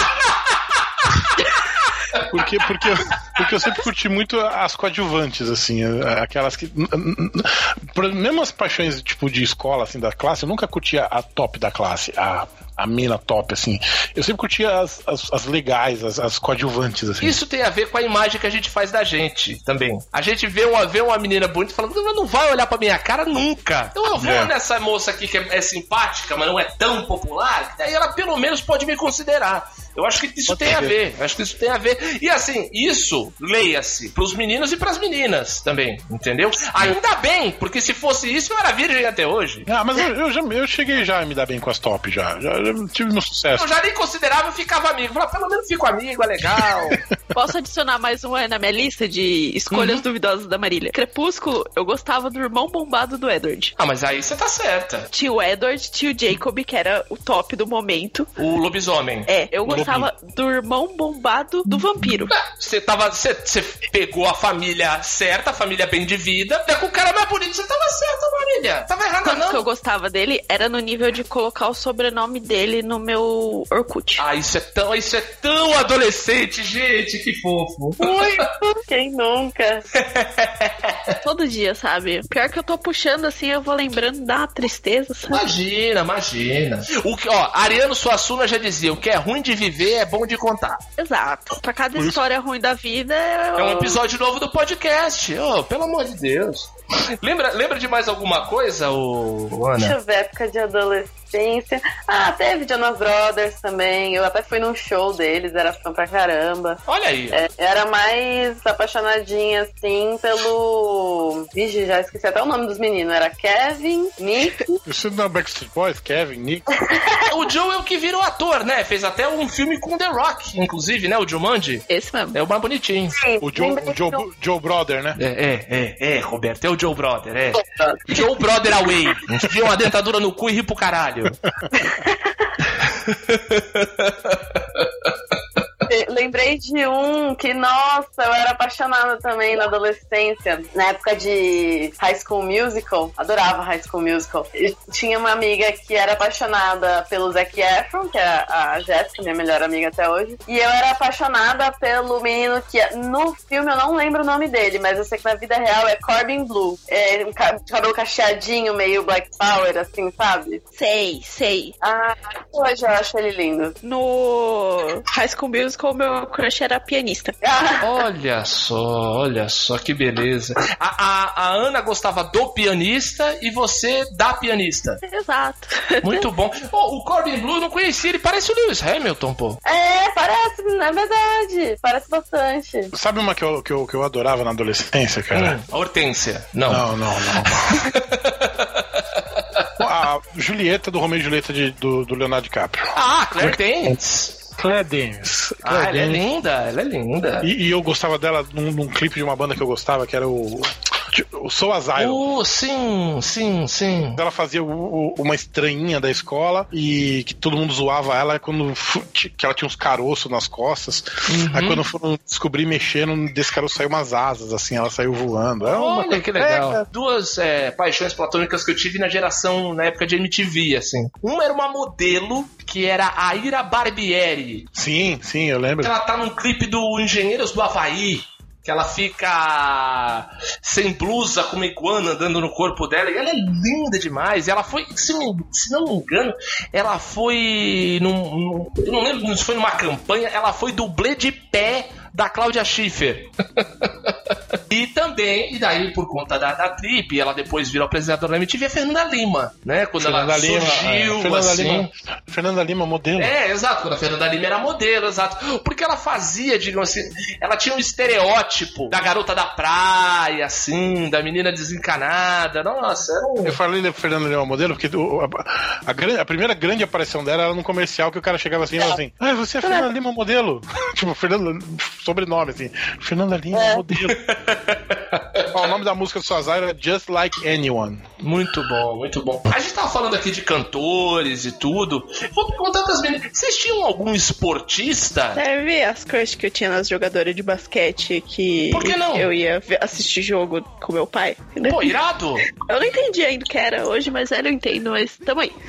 Porque, porque, porque eu sempre curti muito as coadjuvantes, assim, aquelas que. Por- Mesmo as paixões tipo de escola, assim, da classe, eu nunca curtia a top da classe, a, a mina top, assim. Eu sempre curtia as, as, as legais, as, as coadjuvantes, assim. Isso tem a ver com a imagem que a gente faz da gente também. A gente vê uma, vê uma menina bonita falando, não, não vai olhar pra minha cara nunca. Então eu vou É. nessa moça aqui que é, é simpática, mas não é tão popular, que daí ela pelo menos pode me considerar. Eu acho que isso Pode tem a ser. ver. Eu acho que isso tem a ver. E assim, isso leia-se pros meninos e pras meninas também, entendeu? Ainda bem, porque se fosse isso, eu era virgem até hoje. Ah, mas eu, eu, já, eu cheguei já a me dar bem com as top, já. Já, já tive meu sucesso. Eu já nem considerava e ficava amigo. Falava, pelo menos fico amigo, é legal. Posso adicionar mais uma na minha lista de escolhas duvidosas da Marília? Crepúsculo, eu gostava do irmão bombado do Edward. Ah, mas aí você tá certa. Tio Edward, tio Jacob, que era o top do momento. O lobisomem. É, eu gostava do irmão bombado do vampiro. Você tava. Você você pegou a família certa, a família bem de vida. Até com o cara mais bonito, você tava certa, Marília. Tava errada, Quanto que eu não. gostava dele era no nível de colocar o sobrenome dele no meu Orkut. Ah, isso é tão, isso é tão adolescente, gente, que fofo. Oi. Quem nunca? Todo dia, sabe? Pior que eu tô puxando assim, eu vou lembrando, dá uma tristeza, sabe? Imagina, imagina. O que, ó, Ariano Suassuna já dizia: o que é ruim de viver é bom de contar. Exato. Pra cada Por isso- história ruim da vida. É um eu- episódio novo do podcast. Oh, pelo amor de Deus. Lembra, lembra de mais alguma coisa, ô, Deixa Ana? eu ver, época de adolescência. adolescência. Ah, teve Jonas Brothers também. Eu até fui num show deles, era fã pra caramba. Olha aí. É, era mais apaixonadinha, assim, pelo... Vixe, já esqueci até o nome dos meninos. Era Kevin, Nick... Isso não é Backstreet Boys? Kevin, Nick? O Joe é o que virou ator, né? Fez até um filme com The Rock, inclusive, né? O Jumanji. Esse mesmo. É o mais bonitinho. Sim, O Joe, o Joe, Joe Brother, né? É, é, é, é, Roberto, é o Joe Brother, é. Joe Brother Away. Enfia uma dentadura no cu e ri pro caralho. Lembrei de um que, nossa, eu era apaixonada também na adolescência, na época de High School Musical. Adorava High School Musical. Eu tinha uma amiga que era apaixonada pelo Zac Efron, que é a Jéssica, minha melhor amiga até hoje. E eu era apaixonada pelo menino que, no filme eu não lembro o nome dele, mas eu sei que na vida real é Corbin Blue. É um cabelo cacheadinho, meio Black Power, assim, sabe? Sei, sei. Ah, hoje eu acho ele lindo. No High School Musical, meu crush era pianista. Olha só, olha só que beleza. A, a, a Ana gostava do pianista e você da pianista. Exato. Muito bom. Oh, o Corbin Blue eu não conhecia, ele parece o Lewis Hamilton, pô. É, parece, na verdade. Parece bastante. Sabe uma que eu, que eu, que eu adorava na adolescência, cara? Hum, a Hortência. Não. Não, não, não. A Julieta do Romeo e Julieta de, do, do Leonardo DiCaprio. Ah, Claire Danes. Claire Danes. Ah, ela é Danes. linda, ela é linda. E, e eu gostava dela num, num clipe de uma banda que eu gostava, que era o, o Soul Asylum. Oh, sim, sim, sim. Ela fazia o, o, uma estranhinha da escola e que todo mundo zoava ela quando fu- que ela tinha uns caroços nas costas. Uhum. Aí quando foram descobrir mexendo, desse caroço saiu umas asas, assim, ela saiu voando. É uma Olha coisa- que legal. É, Duas é, paixões platônicas que eu tive na geração, na época de M T V, assim. Uma era uma modelo que era a Ira Barbieri. sim, sim, eu lembro. Ela tá num clipe do Engenheiros do Havaí. Que ela fica sem blusa, com uma iguana andando no corpo dela. E ela é linda demais. E ela foi, se, me, se não me engano, ela foi num, num, eu não lembro se foi numa campanha. Ela foi dublê de pé da Cláudia Schiffer. E também, e daí por conta da, da trip, ela depois virou apresentadora da M T V, a Fernanda Lima, né? Quando Fernanda ela Lima, surgiu, é, Fernanda assim. Lima, Fernanda Lima, modelo. É, exato, quando a Fernanda Lima era modelo, exato. Porque ela fazia, digamos assim, ela tinha um estereótipo da garota da praia, assim, da menina desencanada. Nossa, era um... Eu falei da Fernanda Lima modelo porque o- a, a, gran- a primeira grande aparição dela era num comercial que o cara chegava assim e falava assim: ah, você é Fernanda Lima modelo? Tipo, Fernanda, sobrenome assim, Fernanda Lima modelo. Ó, o nome da música do Suazairo é Just Like Anyone. Muito bom, muito bom. A gente tava falando aqui de cantores e tudo. Vou perguntar pras meninas, vocês tinham algum esportista? Deve as crush que eu tinha nas jogadoras de basquete que Por que não? eu ia ver- assistir jogo com meu pai. Pô, irado? Eu não entendi ainda o que era hoje, mas era eu entendo, mas tamo aí.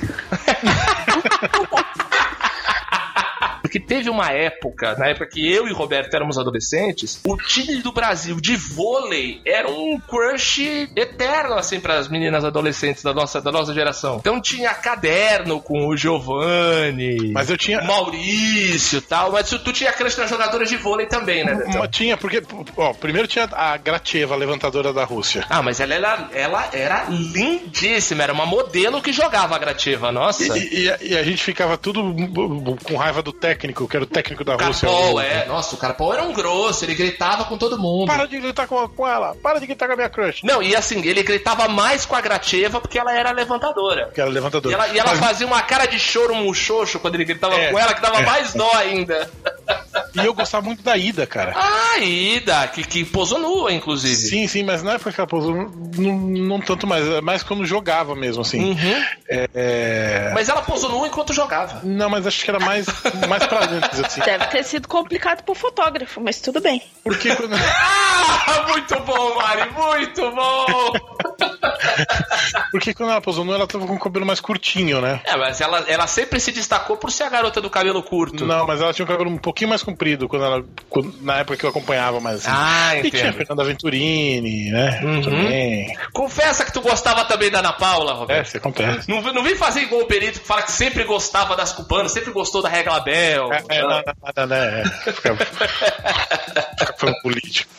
Porque teve uma época, na época que eu e Roberto éramos adolescentes, o time do Brasil de vôlei era um crush eterno, assim, para as meninas adolescentes da nossa, da nossa geração. Então tinha caderno com o Giovanni, Mas eu tinha. o Maurício e tal, mas tu, tu tinha crush nas jogadoras de vôlei também, né, Betão? Uma, tinha, porque, ó, primeiro tinha a Gracheva, levantadora da Rússia. Ah, mas ela era, ela era lindíssima, era uma modelo que jogava a Gracheva, nossa. E, e a, e a gente ficava tudo com raiva do técnico, que era o técnico da O Rússia. Karpol, o- é. Nossa, o Karpol era um grosso, ele gritava com todo mundo. Para de gritar com, com ela, para de gritar com a minha crush. Não, e assim, ele gritava mais com a Gracheva porque ela era levantadora. Que era levantadora. E ela, e ela Mas- fazia uma cara de choro muxoxo quando ele gritava É, com ela, que dava é. mais dó ainda. E eu gostava muito da Ida, cara. Ah, Ida, que, que posou nua, inclusive. Sim, sim, mas na época que ela posou, não, não tanto mais, é mais quando jogava mesmo, assim. Uhum. É, é... Mas ela posou nua enquanto jogava. Não, mas acho que era mais, mais pra antes, assim. Deve ter sido complicado pro fotógrafo, mas tudo bem. Porque quando... Ah, muito bom, Mari, muito bom! Porque quando ela posou nu, ela tava com o cabelo mais curtinho, né? É, mas ela, ela sempre se destacou por ser a garota do cabelo curto. Não, mas ela tinha o cabelo um pouquinho mais comprido quando ela, quando- na época que eu acompanhava mais assim. Ah, E tinha a entendo. Fernanda Venturini, né? Uhum. Também. Confessa que tu gostava também da Ana Paula, É, Roberto. isso acontece. Não, não vem fazer igual o Perito que fala que sempre gostava das cubanas, sempre gostou da Regla Bel. É, é, nada, nada, né? É, fica, fica falando político.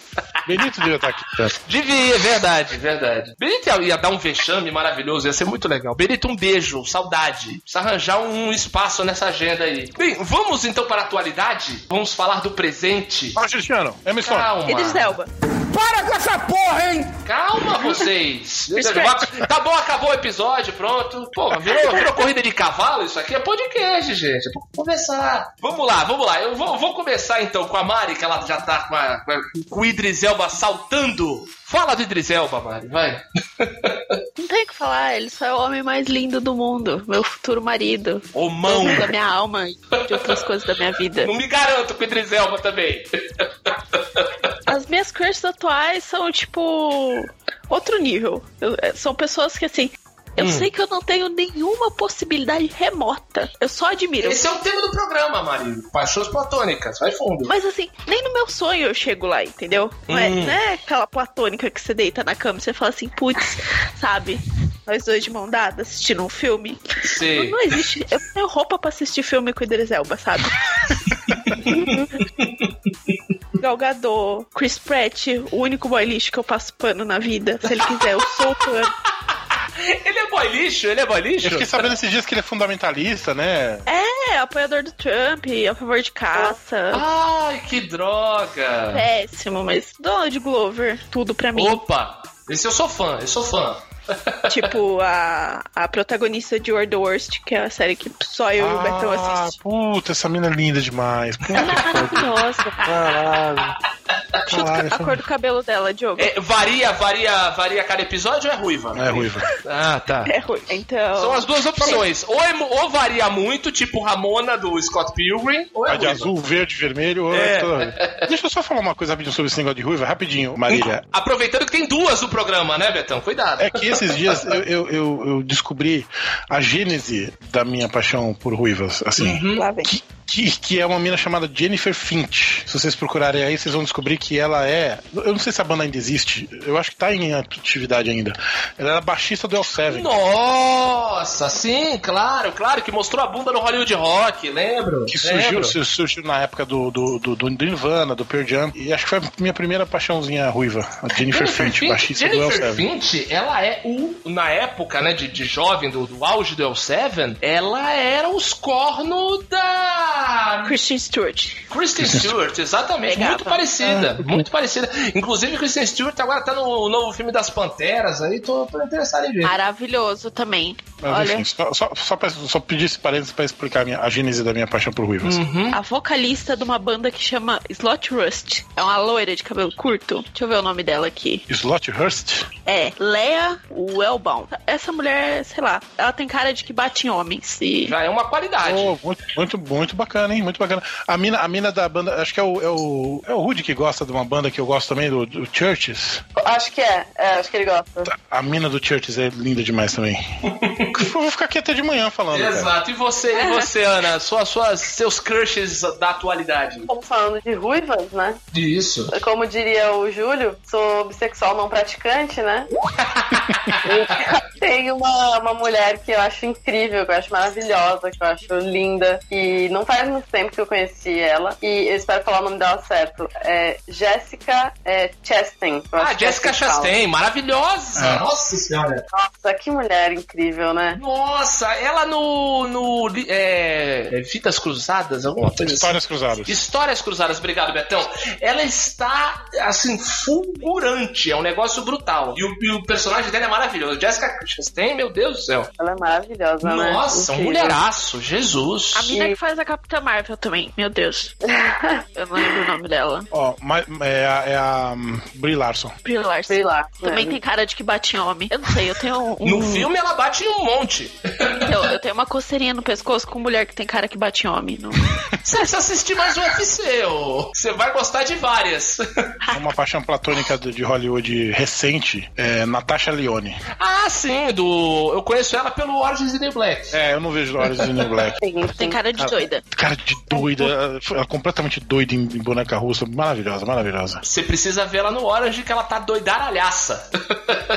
Benito devia estar aqui. Tá? Devia, verdade, verdade. Benito ia, ia dar um vexame maravilhoso, ia ser muito legal. Benito, um beijo, saudade. Precisa arranjar um espaço nessa agenda aí. Bem, vamos então para a atualidade? Vamos falar do presente. Fala, Cristiano. É minha história. Calma. Idris Elba. Para com essa porra, hein? Calma, vocês. Scratch. Tá bom, acabou o episódio, pronto. Pô, virou, virou corrida de cavalo isso aqui? É podcast, gente. É pra conversar. Vamos lá, vamos lá. Eu vou, vou começar então com a Mari, que ela já tá com, a, com, a, com o Idris Elba saltando. Fala do Idris Elba, Mari, vai. Não tem o que falar, ele só é o homem mais lindo do mundo. Meu futuro marido. Ô, mão. Da minha alma e de outras coisas da minha vida. Não me garanto com o Idris Elba também. As minhas crushes atuais são, tipo, outro nível. Eu- são pessoas que, assim, eu Hum. sei que eu não tenho nenhuma possibilidade remota. Eu só admiro. Esse é o tema do programa, Mari. Paixões platônicas, vai fundo. Mas, assim, nem no meu sonho eu chego lá, entendeu? Não é, Hum. não é aquela platônica que você deita na cama e você fala assim, putz, sabe? Nós dois de mão dada assistindo um filme. Não, Sei. não existe. Eu não tenho roupa pra assistir filme com o Idris Elba, sabe? Gal Gadot, Chris Pratt, o único boy lixo que eu passo pano na vida. Se ele quiser, eu sou o pano. Ele é boy lixo? Ele é boy lixo? Eu fiquei sabendo esses dias que ele é fundamentalista, né? É, apoiador do Trump, a favor de caça. Ai, que droga. Péssimo, mas Donald Glover, tudo pra mim. Opa, esse eu sou fã, eu sou fã. Tipo, a, a protagonista de World the Worst, que é a série que só eu e o Betão Ah, assistem. puta, essa mina é linda demais. Puta Ela é que pariu. maravilhosa. Caralho. Chuta Caralho, a essa- cor do cabelo dela, Diogo. É, varia, varia, varia cada episódio ou é ruiva? É ruiva. Ah, tá. É ruim. Então. São as duas opções. Ou, é, mu- ou varia muito, tipo Ramona do Scott Pilgrim, ou é A de ruiva. azul, verde, vermelho. É. toda- Deixa eu só falar uma coisa rapidinho sobre esse negócio de ruiva, rapidinho, Marília. Aproveitando que tem duas no programa, né, Betão? Cuidado. É que esses dias eu, eu, eu, eu descobri a gênese da minha paixão por ruivas, assim. Lá vem. Que, que, que é uma mina chamada Jennifer Finch. Se vocês procurarem aí, vocês vão descobrir que ela é. Eu não sei se a banda ainda existe. Eu acho que tá em atividade ainda. Ela era baixista do L sete. Nossa, sim, claro, claro, que mostrou a bunda no Hollywood Rock, lembro? Que surgiu, Lembro. sur- surgiu na época do, do, do, do Nirvana, do Pearl Jam. E acho que foi a minha primeira paixãozinha ruiva. A Jennifer, Finch, baixista do L Jennifer sete. Finch, ela é o, na época, né, de, de jovem, do, do auge do L sete, ela era os cornos da Kristen Stewart. Kristen Stewart, exatamente, Pegava. muito parecida, muito parecida. Inclusive, Kristen Stewart agora tá no novo filme das Panteras, aí tô, tô interessado em ver. Maravilhoso também. Mas Olha, enfim, só, só, só, pra, só pedir esse parênteses pra explicar a, minha, a gênese da minha paixão por ruivas. Uhum. a vocalista de uma banda que chama Slot Rust. É uma loira de cabelo curto. Deixa eu ver o nome dela aqui. Slot Hurst? É Lea Wellbaum. Essa mulher, sei lá, ela tem cara de que bate em homens. E Já é uma qualidade. Oh, muito, muito, muito bacana, hein? Muito bacana. A mina, a mina da banda, acho que é o, é o, é o Rudy que gosta de uma banda que eu gosto também, do, do Churches. Acho que é, é, acho que ele gosta. A mina do Churches é linda demais também. Eu vou ficar aqui até de manhã falando, cara. Exato. E você, e você, Ana? Suas, suas, seus crushes da atualidade? Estamos falando de ruivas, né? Isso. Como diria o Júlio, sou bissexual não praticante, né? E tem uma, uma mulher que eu acho incrível, que eu acho maravilhosa, que eu acho linda. E não faz muito tempo que eu conheci ela. E eu espero falar o nome dela certo. É Jessica é, Chastain. Eu Ah, acho que é Jessica assim que fala. Chastain, maravilhosa! É. Nossa senhora! Nossa, que mulher incrível, né? Nossa, ela no. no li- é, é, Fitas Cruzadas, alguma coisa assim. Histórias cruzadas. Histórias Cruzadas, obrigado, Betão. Ela está, assim, fulgurante, é um negócio brutal. E o, e o personagem dela é maravilhoso. Jessica Chastain, meu Deus do céu. Ela é maravilhosa, né? Nossa, um Incrível. mulheraço, Jesus. a mina que faz a Capitã Marvel também. Meu Deus. Eu não lembro o nome dela. Ó, mas é a, é a um, Brie Larson. Brie Larson. Sei lá. Também né? tem cara de que bate em homem. Eu não sei, eu tenho um. No filme ela bate em um monte. Eu, eu tenho uma coceirinha no pescoço com mulher que tem cara que bate em homem. Não... Você precisa assistir mais U F C, ô. Você vai gostar de várias. Uma paixão platônica de de Hollywood recente é Natasha Lyonne. Ah, sim, do. Eu conheço ela pelo Orange is the New Black. É, eu não vejo Orange is the New Black. Sim, Tem cara de doida. Cara de doida, ela é completamente doida em, em boneca russa. Maravilhosa, maravilhosa. Você precisa ver ela no Orange que ela tá doidaralhaça.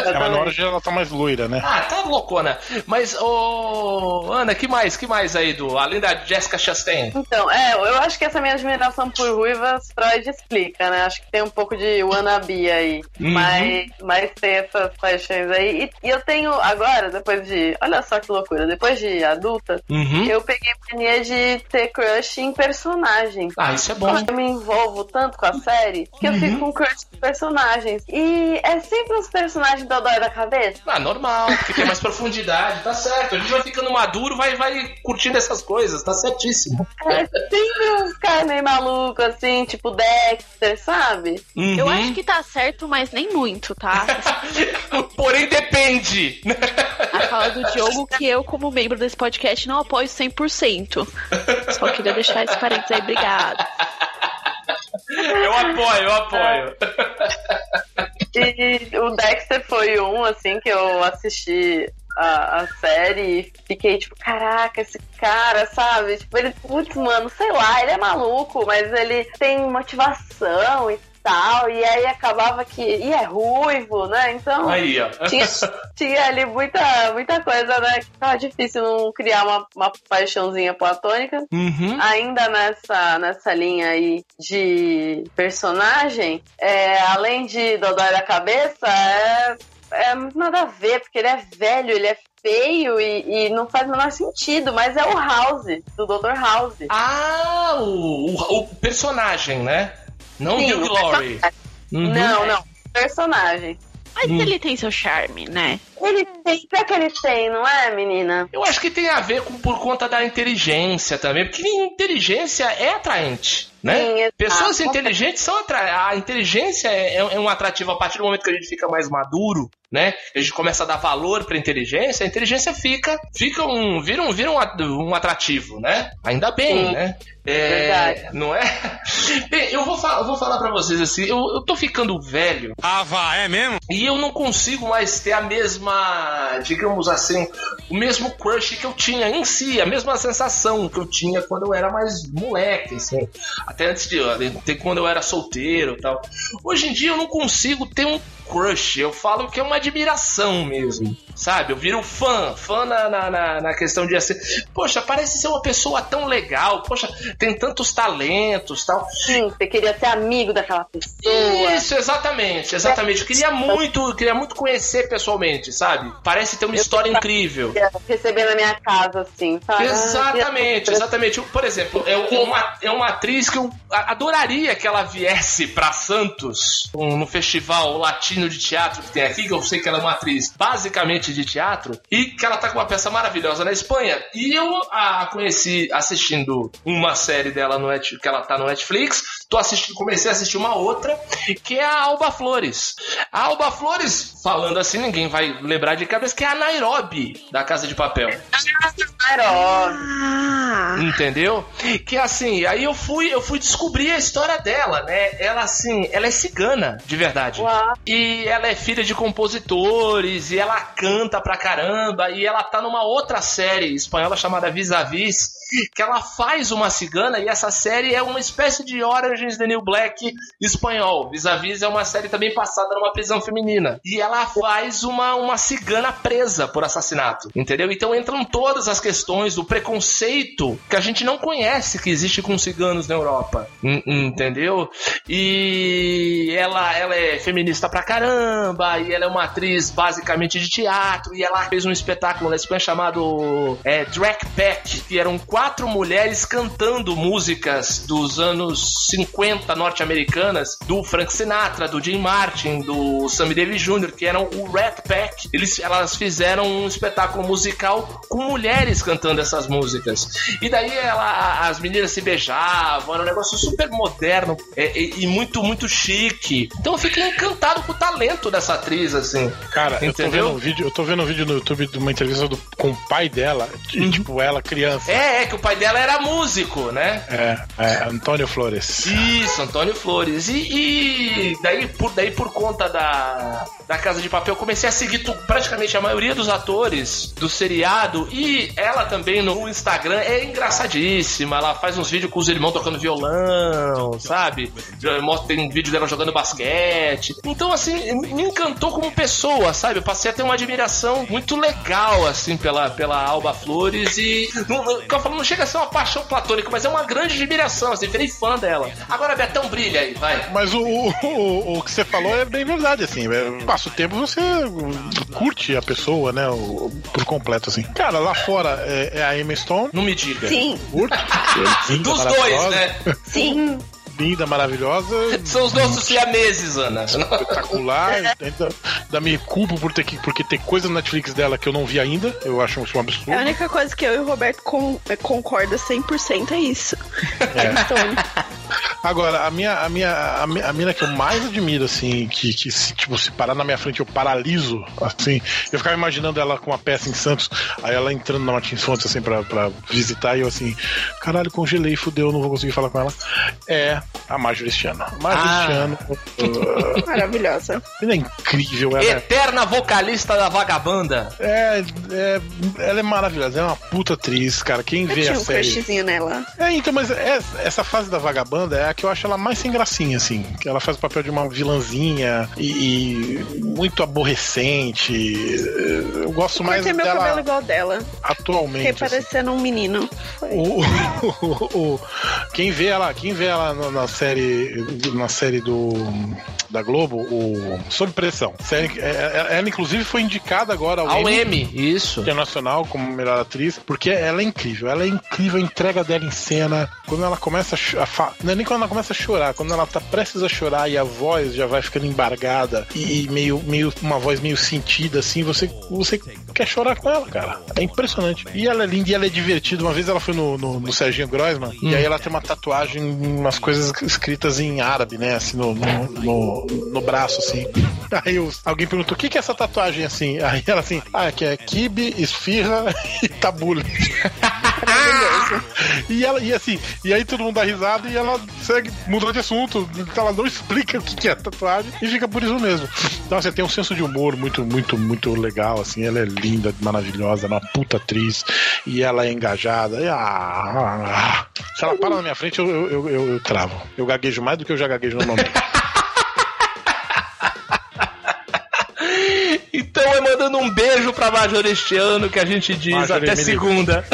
É, mas na hora ela tá mais loira, né? Ah, tá loucona. Mas, ô... Ana, que mais? Que mais aí, do além da Jessica Chastain? Então, é, eu acho que essa minha admiração por ruivas, Freud explica, né? Acho que tem um pouco de wannabe aí. Uhum. Mas, mas tem essas paixões aí. E, e eu tenho agora, depois de... Olha só que loucura. Depois de adulta, Uhum. eu peguei mania de ter crush em personagens. Ah, isso é bom. Eu me envolvo tanto com a série que eu Uhum. fico com crush em personagens. E é sempre os personagens do dói da cabeça. Ah, normal, porque tem mais profundidade, tá certo. A gente vai ficando maduro, vai, vai curtindo essas coisas, tá certíssimo. É sempre uns caras meio malucos, assim, tipo Dexter, sabe? Uhum. Eu acho que tá certo, mas nem muito, tá? Porém, depende. A fala do Diogo que eu, como membro desse podcast, não apoio cem por cento. Só queria deixar esse parênteses aí, obrigado. Eu apoio, eu apoio. E o Dexter foi um, assim, que eu assisti a, a série e fiquei tipo, caraca, esse cara, sabe? Tipo, ele, putz, mano, sei lá, ele é maluco, mas ele tem motivação e tal, e aí acabava que... E é ruivo, né? Então... Aí, ó. Tinha, tinha ali muita, muita coisa, né? Que tava difícil não criar uma, uma paixãozinha platônica. Uhum. Ainda nessa, nessa linha aí de personagem, é, além de Dodói da Cabeça, é, é nada a ver, porque ele é velho, ele é feio e, e não faz o menor sentido, mas é o House, do doutor House. Ah, o, o, o personagem, né? Não Sim, Hugh o Laurie. Uhum. Não, não, personagem. Mas Hum. ele tem seu charme, né? Ele tem, pior que ele tem, não é, menina? Eu acho que tem a ver com, por conta da inteligência também, porque inteligência é atraente, né? Sim, exato. Pessoas inteligentes são atraentes. A inteligência é, é um atrativo a partir do momento que a gente fica mais maduro, né? A gente começa a dar valor pra inteligência, a inteligência fica, fica um, vira, um, vira um, um atrativo, né? Ainda bem, Sim. né? É, Verdade. não é? Bem, eu vou, fa- eu vou falar pra vocês assim, eu, eu tô ficando velho. Ah, vá, é mesmo? E eu não consigo mais ter a mesma, digamos assim, o mesmo crush que eu tinha em si, a mesma sensação que eu tinha quando eu era mais moleque, assim. Até antes de, até quando eu era solteiro e tal. Hoje em dia eu não consigo ter um crush, eu falo que é uma admiração mesmo, sabe? Eu viro fã, fã na, na, na, na questão de assim, poxa, parece ser uma pessoa tão legal, poxa, tem tantos talentos, tal. Sim, você queria ser amigo daquela pessoa. Isso, exatamente, exatamente. Eu queria muito, eu queria muito conhecer pessoalmente, sabe? Parece ter uma história incrível. Receber na minha casa, assim, sabe? Exatamente, Ah, exatamente. Por exemplo, é uma, é uma atriz que eu adoraria que ela viesse pra Santos, um, no festival latino de teatro que tem aqui, que eu sei que ela é uma atriz basicamente de teatro, e que ela tá com uma peça maravilhosa na Espanha. E eu a conheci assistindo uma série dela no Net, que ela tá no Netflix. Tô assistindo, comecei a assistir uma outra, que é a Alba Flores. A Alba Flores, falando assim, ninguém vai lembrar de cabeça, que é a Nairobi da Casa de Papel. Nairobi. Ah, Entendeu? Que assim, aí eu fui, eu fui descobrir a história dela, né? Ela assim, ela é cigana, de verdade. Uau. E ela é filha de compositores, e ela canta pra caramba, e ela tá numa outra série espanhola chamada Vis-a-Vis, que ela faz uma cigana, e essa série é uma espécie de Orange is the New Black espanhol. Vis-a-Vis é uma série também passada numa prisão feminina. E ela faz uma, uma cigana presa por assassinato, entendeu? Então entram todas as questões do preconceito que a gente não conhece que existe com ciganos na Europa, en- entendeu? E ela, ela é feminista pra caramba, e ela é uma atriz basicamente de teatro, e ela fez um espetáculo na Espanha chamado é, Drag Pack, que eram quatro mulheres cantando músicas dos anos cinquenta norte-americanas, do Frank Sinatra, do Jim Martin, do Sammy Davis Júnior, que eram o Rat Pack. Eles, elas fizeram um espetáculo musical com mulheres cantando essas músicas. E daí ela, as meninas se beijavam, era um negócio super moderno é, e, e muito, muito chique. Então eu fiquei encantado com o talento dessa atriz, assim. Cara, eu tô, Entendeu? vendo um vídeo, eu tô vendo um vídeo no YouTube de uma entrevista do- com o pai dela, e, Uhum. tipo, ela criança. É, é que o pai dela era músico, né? É, é Antônio Flores. Isso, Antônio Flores. E, e daí, por, daí, por conta da, da Casa de Papel, eu comecei a seguir tu, praticamente a maioria dos atores do seriado. E ela também no Instagram é engraçadíssima. Ela faz uns vídeos com os irmãos tocando violão, sabe? Tem um vídeo dela jogando basquete. Então, assim, me encantou como pessoa, sabe? Eu passei a ter uma admiração muito legal, assim, pela, pela Alba Flores. E, não, não, eu falo, não chega a ser uma paixão platônica, mas é uma grande admiração, assim, virei fã dela. Agora, Betão, brilha aí, vai. Mas o, o, o que você falou é bem verdade, assim. Passa o tempo, você curte a pessoa, né? O, por completo, assim. Cara, lá fora é, é a Emma Stone. Não me diga. Sim. Curte. Linda, dos dois, né? Sim. Linda, maravilhosa. São os nossos siameses, Ana. Espetacular. Ainda, ainda me culpo por ter, que, porque ter coisa no Netflix dela que eu não vi ainda. Eu acho isso um absurdo. A única coisa que eu e o Roberto com, concorda cem por cento é isso. É. Então, agora, a minha, a minha, a minha, a mina que eu mais admiro, assim, que, que se, tipo, se parar na minha frente eu paraliso, assim, eu ficava imaginando ela com uma peça em Santos, aí ela entrando na Martins Fontes, assim, pra, pra visitar, e eu assim, caralho, congelei, fudeu, não vou conseguir falar com ela. É a Marjorie Stiano. Marjorie Stiano. Uh, maravilhosa. Ela é incrível. Ela Eterna vocalista da Vagabanda. É, é, ela é maravilhosa, ela é uma puta atriz, cara. Quem eu vê tinha a um série... crushzinho nela. É, então, mas é, essa fase da Vagabanda é a que eu acho ela mais sem gracinha, assim. Que ela faz o papel de uma vilãzinha e, e muito aborrecente. Eu gosto mais eu dela... meu cabelo igual dela. Atualmente. Fiquei parecendo assim. um menino. O, o, o, quem vê ela, quem vê ela na, na série, na série do da Globo, o Sob Pressão. Série, ela inclusive foi indicada agora ao, ao Emmy, Emmy, isso, internacional como melhor atriz, porque ela é incrível. Ela é incrível, a entrega dela em cena. Quando ela começa a, a não é nem quando ela começa a chorar, quando ela tá prestes a chorar e a voz já vai ficando embargada e, e meio, meio uma voz meio sentida assim, você você quer chorar com ela, cara. É impressionante. E ela é linda e ela é divertida. Uma vez ela foi no, no, no Serginho Groisman hum. e aí ela tem uma tatuagem, umas coisas escritas em árabe, né? Assim, no, no, no, no braço, assim. Aí eu, alguém perguntou, o que que é essa tatuagem, assim? Aí ela assim, ah, que é kibe, esfirra e tabule. E ela, e assim, e aí todo mundo dá risada e ela segue, mudou de assunto, ela não explica o que que é tatuagem e fica por isso mesmo. Então você tem um senso de humor muito, muito, muito legal, assim, ela é linda, maravilhosa, uma puta atriz e ela é engajada. E, ah, ah, se ela para na minha frente, eu, eu, eu, eu, eu travo. Eu gaguejo mais do que eu já gaguejo normalmente. Então é mandando um beijo pra Marjorie Stiano que a gente diz Marjorie até segunda.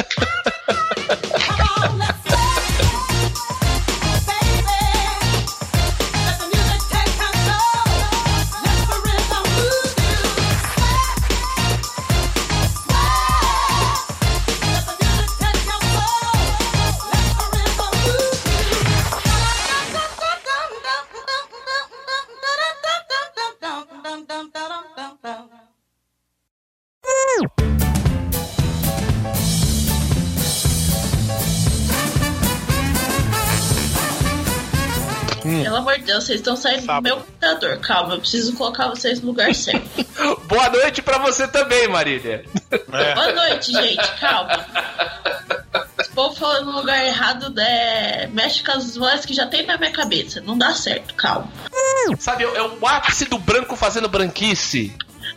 Pelo amor de Deus, vocês estão saindo Sábado. do meu computador. Calma, eu preciso colocar vocês no lugar certo. Boa noite pra você também, Marília. É. Boa noite, gente. Calma. Se o povo falando no lugar errado, né, mexe com as vozes que já tem na minha cabeça. Não dá certo, calma. Sabe, é o ápice do branco fazendo branquice.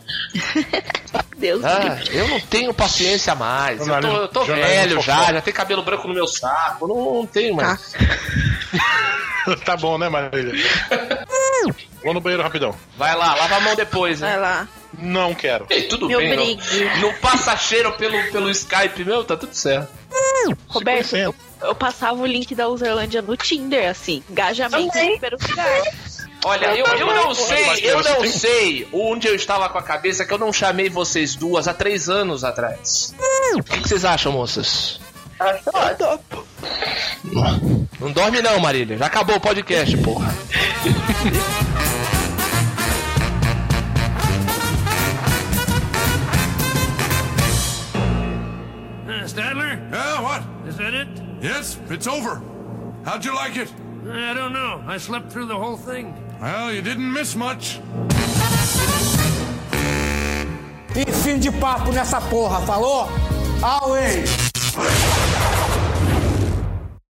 Deus ah, eu não tenho paciência mais. Eu tô, eu tô velho já, já tenho cabelo branco no meu saco. Não, não tenho mais. Ah. Tá bom, né, Marília? Vou no banheiro rapidão. Vai lá, lava a mão depois, né? Vai lá. Não quero. Ei, tudo Me bem, obrigue. não, não passa cheiro pelo, pelo Skype, meu, tá tudo certo. Roberto, eu, eu passava o link da Userlândia no Tinder, assim. Engajamento em primeiro lugar. Olha, eu, eu não sei, eu não sei onde eu estava com a cabeça que eu não chamei vocês duas há três anos atrás. O que, que vocês acham, moças? Acho ótimo. Não, não dorme não, Marília. Já acabou o podcast, porra. Uh, Stadler? Yeah, what? Is that it? Yes, it's over. How'd you like it? I don't know. I slept through the whole thing. Well, you didn't miss much. E fim de papo nessa porra, falou? Away!